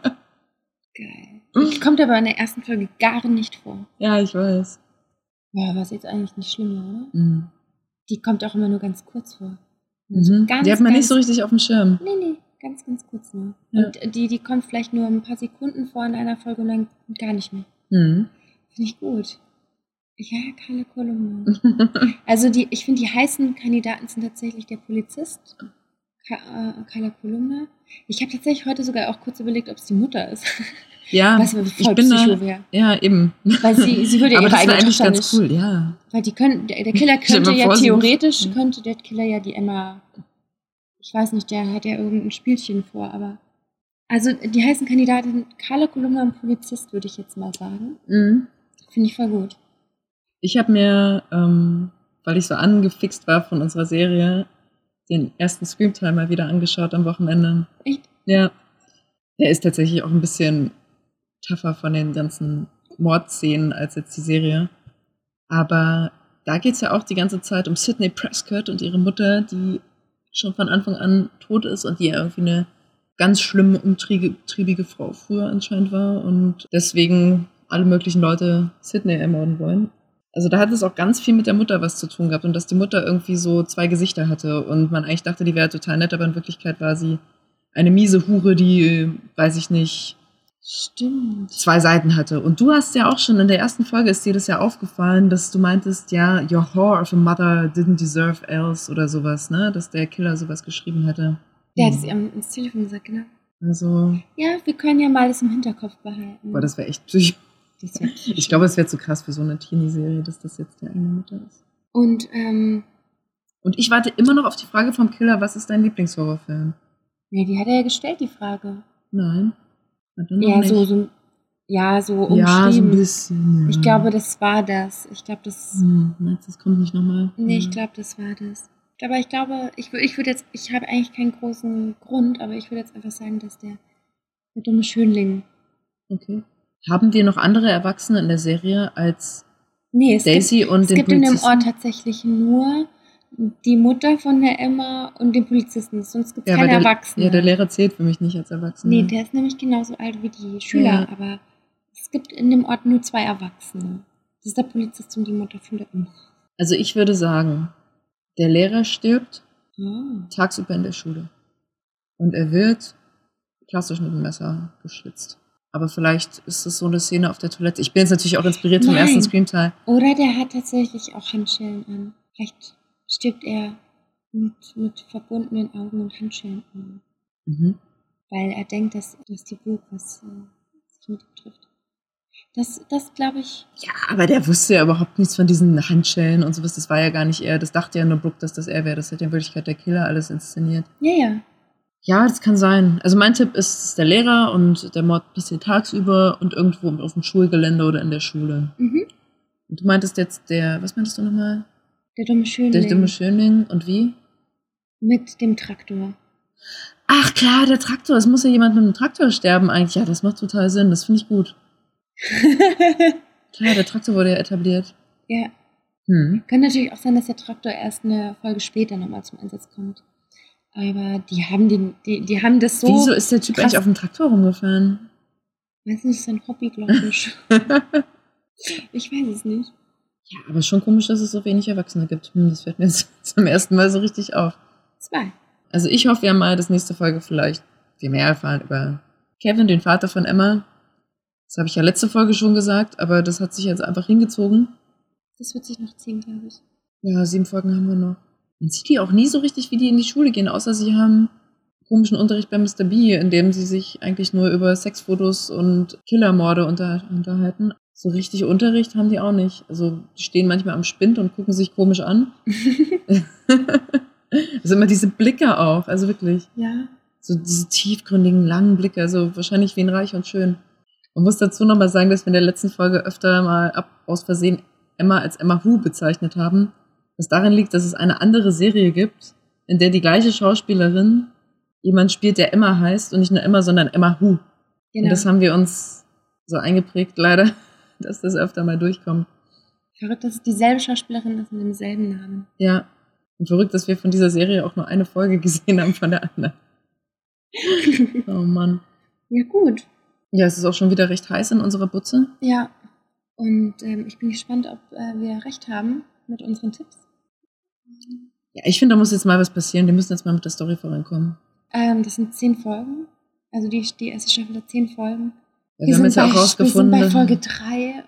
Speaker 3: Geil. Die kommt aber in der ersten Folge gar nicht vor.
Speaker 2: Ja, ich weiß.
Speaker 3: Boah, was jetzt eigentlich nicht schlimm, oder?
Speaker 2: Mhm.
Speaker 3: Die kommt auch immer nur ganz kurz vor.
Speaker 2: Mhm. Die hat man nicht so richtig auf dem Schirm.
Speaker 3: Nee, ganz kurz nur.
Speaker 2: Ja.
Speaker 3: Und die kommt vielleicht nur ein paar Sekunden vor in einer Folge und dann gar nicht mehr.
Speaker 2: Mhm.
Speaker 3: Finde ich gut. Ja, Carla Kolumna. Also ich finde, die heißen Kandidaten sind tatsächlich der Polizist, Carla Kolumna. Ich habe tatsächlich heute sogar auch kurz überlegt, ob es die Mutter ist.
Speaker 2: Ja,
Speaker 3: was voll
Speaker 2: ich bin
Speaker 3: Psycho wäre.
Speaker 2: Ja, eben.
Speaker 3: Weil sie würde
Speaker 2: Aber
Speaker 3: ihre
Speaker 2: das
Speaker 3: eigene
Speaker 2: wäre eigentlich
Speaker 3: Tochter
Speaker 2: ganz
Speaker 3: nicht.
Speaker 2: cool, ja.
Speaker 3: Weil der Killer
Speaker 2: Stell dir
Speaker 3: könnte
Speaker 2: mal
Speaker 3: ja
Speaker 2: vor,
Speaker 3: theoretisch, könnte der Killer ja die Emma, ich weiß nicht, der hat ja irgendein Spielchen vor, aber also die heißen Kandidatin Carla Kolumna und Polizist, würde ich jetzt mal sagen.
Speaker 2: Mhm.
Speaker 3: Finde ich voll gut.
Speaker 2: Ich habe mir, weil ich so angefixt war von unserer Serie, den ersten Scream-Teil mal wieder angeschaut am Wochenende.
Speaker 3: Echt?
Speaker 2: Ja. Der ist tatsächlich auch ein bisschen tougher von den ganzen Mordszenen als jetzt die Serie. Aber da geht es ja auch die ganze Zeit um Sidney Prescott und ihre Mutter, die schon von Anfang an tot ist und die ja irgendwie eine ganz schlimme, umtriebige Frau früher anscheinend war und deswegen alle möglichen Leute Sidney ermorden wollen. Also da hat es auch ganz viel mit der Mutter was zu tun gehabt und dass die Mutter irgendwie so 2 Gesichter hatte und man eigentlich dachte, die wäre total nett, aber in Wirklichkeit war sie eine miese Hure, die, weiß ich nicht,
Speaker 3: Stimmt.
Speaker 2: 2 Seiten hatte. Und du hast ja auch schon in der ersten Folge ist dir das ja aufgefallen, dass du meintest, ja, your whore of a mother didn't deserve else oder sowas, ne? Dass der Killer sowas geschrieben hätte.
Speaker 3: Der hat es ihr ins Telefon gesagt, genau.
Speaker 2: Also,
Speaker 3: Ja, wir können ja mal das im Hinterkopf behalten.
Speaker 2: boah, das wäre echt psycho.
Speaker 3: Das wär
Speaker 2: Ich glaube, es wäre zu krass für so eine Teenie-Serie, dass das jetzt der eigene Mutter ist.
Speaker 3: Und,
Speaker 2: Und ich warte immer noch auf die Frage vom Killer, was ist dein Lieblingshorrorfilm?
Speaker 3: nee, die hat er ja gestellt, die Frage.
Speaker 2: Nein. Hat er noch
Speaker 3: Ja,
Speaker 2: nicht.
Speaker 3: so umschrieben.
Speaker 2: Ja, so ein bisschen. Ja.
Speaker 3: Ich glaube, das war das. Ich glaube, das.
Speaker 2: Das kommt nicht nochmal.
Speaker 3: Nee, ich glaube, das war das. Aber ich glaube, ich würde jetzt, ich habe eigentlich keinen großen Grund, aber ich würde jetzt einfach sagen, dass der dumme Schönling.
Speaker 2: Okay. Haben wir noch andere Erwachsene in der Serie als
Speaker 3: Nee,
Speaker 2: Daisy und
Speaker 3: es
Speaker 2: den
Speaker 3: gibt in dem
Speaker 2: Polizisten?
Speaker 3: Ort tatsächlich nur die Mutter von der Emma und den Polizisten. Sonst gibt es
Speaker 2: weil
Speaker 3: keine Erwachsene.
Speaker 2: Ja, der Lehrer zählt für mich nicht als Erwachsener.
Speaker 3: Nee, der ist nämlich genauso alt wie die Schüler,
Speaker 2: Ja.
Speaker 3: aber es gibt in dem Ort nur 2 Erwachsene. Das ist der Polizist und die Mutter von der Emma.
Speaker 2: Also ich würde sagen, der Lehrer stirbt
Speaker 3: Ah.
Speaker 2: tagsüber in der Schule. Und er wird klassisch mit dem Messer geschlitzt. Aber vielleicht ist es so eine Szene auf der Toilette. Ich bin jetzt natürlich auch inspiriert vom
Speaker 3: Nein.
Speaker 2: ersten Scream-Teil.
Speaker 3: Oder der hat tatsächlich auch Handschellen an. Vielleicht stirbt er mit verbundenen Augen und Handschellen an.
Speaker 2: Mhm.
Speaker 3: Weil er denkt, dass die Brooke was sich mit ihm trifft. Das glaube ich.
Speaker 2: Ja, aber der wusste ja überhaupt nichts von diesen Handschellen und sowas. Das war ja gar nicht er. Das dachte ja nur Brooke, dass das er wäre. Das hat ja in Wirklichkeit der Killer alles inszeniert.
Speaker 3: Ja.
Speaker 2: Ja, das kann sein. Also mein Tipp ist der Lehrer und der Mord passiert tagsüber und irgendwo auf dem Schulgelände oder in der Schule.
Speaker 3: Mhm.
Speaker 2: Und du meintest jetzt was meintest du nochmal?
Speaker 3: Der dumme Schönling.
Speaker 2: Der dumme Schönling. Und wie?
Speaker 3: Mit dem Traktor.
Speaker 2: Ach klar, der Traktor. Es muss ja jemand mit dem Traktor sterben eigentlich. Ja, das macht total Sinn. Das finde ich gut. Klar, der Traktor wurde ja etabliert.
Speaker 3: Ja. Kann natürlich auch sein, dass der Traktor erst eine Folge später nochmal zum Einsatz kommt. Aber die haben das so.
Speaker 2: Wieso ist der Typ
Speaker 3: krass.
Speaker 2: eigentlich auf dem Traktor rumgefahren?
Speaker 3: Weiß nicht, das ist ein Hobby, glaube ich. Ich weiß es nicht.
Speaker 2: Ja, aber schon komisch, dass es so wenig Erwachsene gibt. Das fällt mir jetzt zum ersten Mal so richtig auf.
Speaker 3: 2.
Speaker 2: Also ich hoffe ja mal, dass nächste Folge vielleicht wir mehr erfahren über Kevin, den Vater von Emma. Das habe ich ja letzte Folge schon gesagt, aber das hat sich jetzt einfach hingezogen.
Speaker 3: Das wird sich noch ziehen, glaube ich.
Speaker 2: Ja, 7 Folgen haben wir noch. Man sieht die auch nie so richtig, wie die in die Schule gehen, außer sie haben komischen Unterricht bei Mr. B, in dem sie sich eigentlich nur über Sexfotos und Killermorde unterhalten. So richtig Unterricht haben die auch nicht. Also die stehen manchmal am Spind und gucken sich komisch an. Also immer diese Blicke auch, also wirklich.
Speaker 3: Ja.
Speaker 2: So diese tiefgründigen, langen Blicke, also wahrscheinlich wie in Reich und Schön. Man muss dazu nochmal sagen, dass wir in der letzten Folge öfter mal aus Versehen Emma als Emma Hu bezeichnet haben. Was daran liegt, dass es eine andere Serie gibt, in der die gleiche Schauspielerin jemand spielt, der Emma heißt und nicht nur Emma, sondern Emma Hu.
Speaker 3: Genau.
Speaker 2: Und das haben wir uns so eingeprägt, leider, dass das öfter mal durchkommt.
Speaker 3: Verrückt, dass es dieselbe Schauspielerin ist mit demselben Namen.
Speaker 2: Ja. Und verrückt, dass wir von dieser Serie auch nur eine Folge gesehen haben von der anderen. Oh Mann.
Speaker 3: Ja, gut.
Speaker 2: Ja, es ist auch schon wieder recht heiß in unserer Butze.
Speaker 3: Ja. Und ich bin gespannt, ob wir recht haben mit unseren Tipps.
Speaker 2: Ja, ich finde, da muss jetzt mal was passieren. Wir müssen jetzt mal mit der Story vorankommen.
Speaker 3: Das sind 10 Folgen. Also die erste Staffel hat 10 Folgen.
Speaker 2: Ja, wir haben jetzt auch rausgefunden.
Speaker 3: Wir sind bei Folge 3.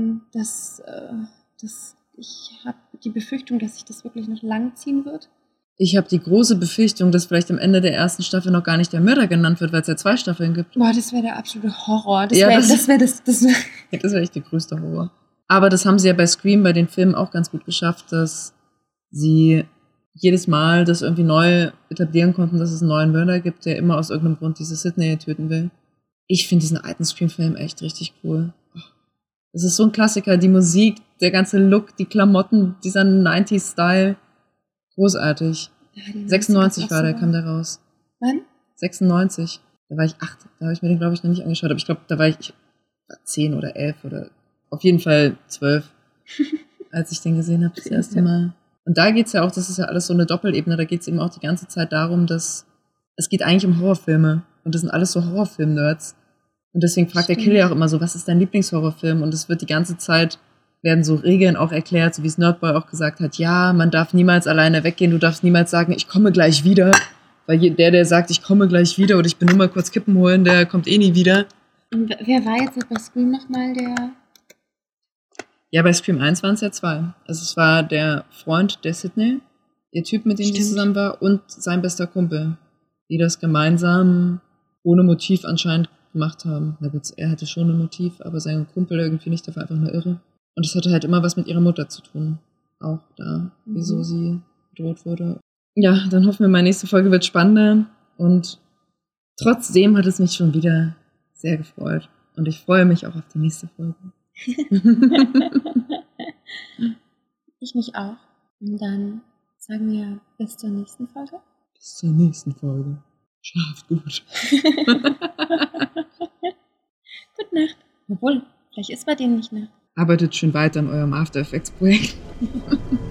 Speaker 3: Ich habe die Befürchtung, dass sich das wirklich noch lang ziehen wird.
Speaker 2: Ich habe die große Befürchtung, dass vielleicht am Ende der ersten Staffel noch gar nicht der Mörder genannt wird, weil es ja 2 Staffeln gibt.
Speaker 3: Boah, das wäre der absolute Horror. Das
Speaker 2: Ja,
Speaker 3: wäre
Speaker 2: Ja, das wäre echt der größte Horror. Aber das haben sie ja bei Scream, bei den Filmen auch ganz gut geschafft, dass sie jedes Mal das irgendwie neu etablieren konnten, dass es einen neuen Mörder gibt, der immer aus irgendeinem Grund diese Sydney töten will. Ich finde diesen alten Scream-Film echt richtig cool. Das ist so ein Klassiker, die Musik, der ganze Look, die Klamotten, dieser 90s-Style. Großartig.
Speaker 3: Ja, die
Speaker 2: 96 war der,
Speaker 3: super.
Speaker 2: kam der raus.
Speaker 3: Wann?
Speaker 2: 96. Da war ich 8. Da habe ich mir den, glaube ich, noch nicht angeschaut. Aber ich glaube, da war ich 10 oder 11 oder auf jeden Fall 12, als ich den gesehen habe das erste Mal. Und da geht's ja auch, das ist ja alles so eine Doppelebene, da geht's eben auch die ganze Zeit darum, dass es geht eigentlich um Horrorfilme. Und das sind alles so Horrorfilm-Nerds. Und deswegen fragt der Killer ja auch immer so, was ist dein Lieblingshorrorfilm? Und es wird die ganze Zeit, werden so Regeln auch erklärt, so wie es Nerdboy auch gesagt hat, ja, man darf niemals alleine weggehen, du darfst niemals sagen, ich komme gleich wieder. Weil der sagt, ich komme gleich wieder oder ich bin nur mal kurz Kippen holen, der kommt eh nie wieder.
Speaker 3: Und wer war jetzt bei Scream nochmal der?
Speaker 2: Ja, bei Scream 1 waren es ja 2. Also es war der Freund der Sydney, der Typ, mit dem sie zusammen war, und sein bester Kumpel, die das gemeinsam ohne Motiv anscheinend gemacht haben. Na gut, er hatte schon ein Motiv, aber sein Kumpel irgendwie nicht, der war einfach nur irre. Und es hatte halt immer was mit ihrer Mutter zu tun. Auch da, wieso sie bedroht wurde. Ja, dann hoffen wir mal, nächste Folge wird spannender. Und trotzdem hat es mich schon wieder sehr gefreut. Und ich freue mich auch auf die nächste Folge.
Speaker 3: Ich mich auch. Und dann sagen wir bis zur nächsten Folge.
Speaker 2: Bis zur nächsten Folge. Schlaft gut.
Speaker 3: Gute Nacht. Obwohl, vielleicht ist bei denen nicht Nacht.
Speaker 2: Arbeitet schön weiter an eurem After Effects Projekt.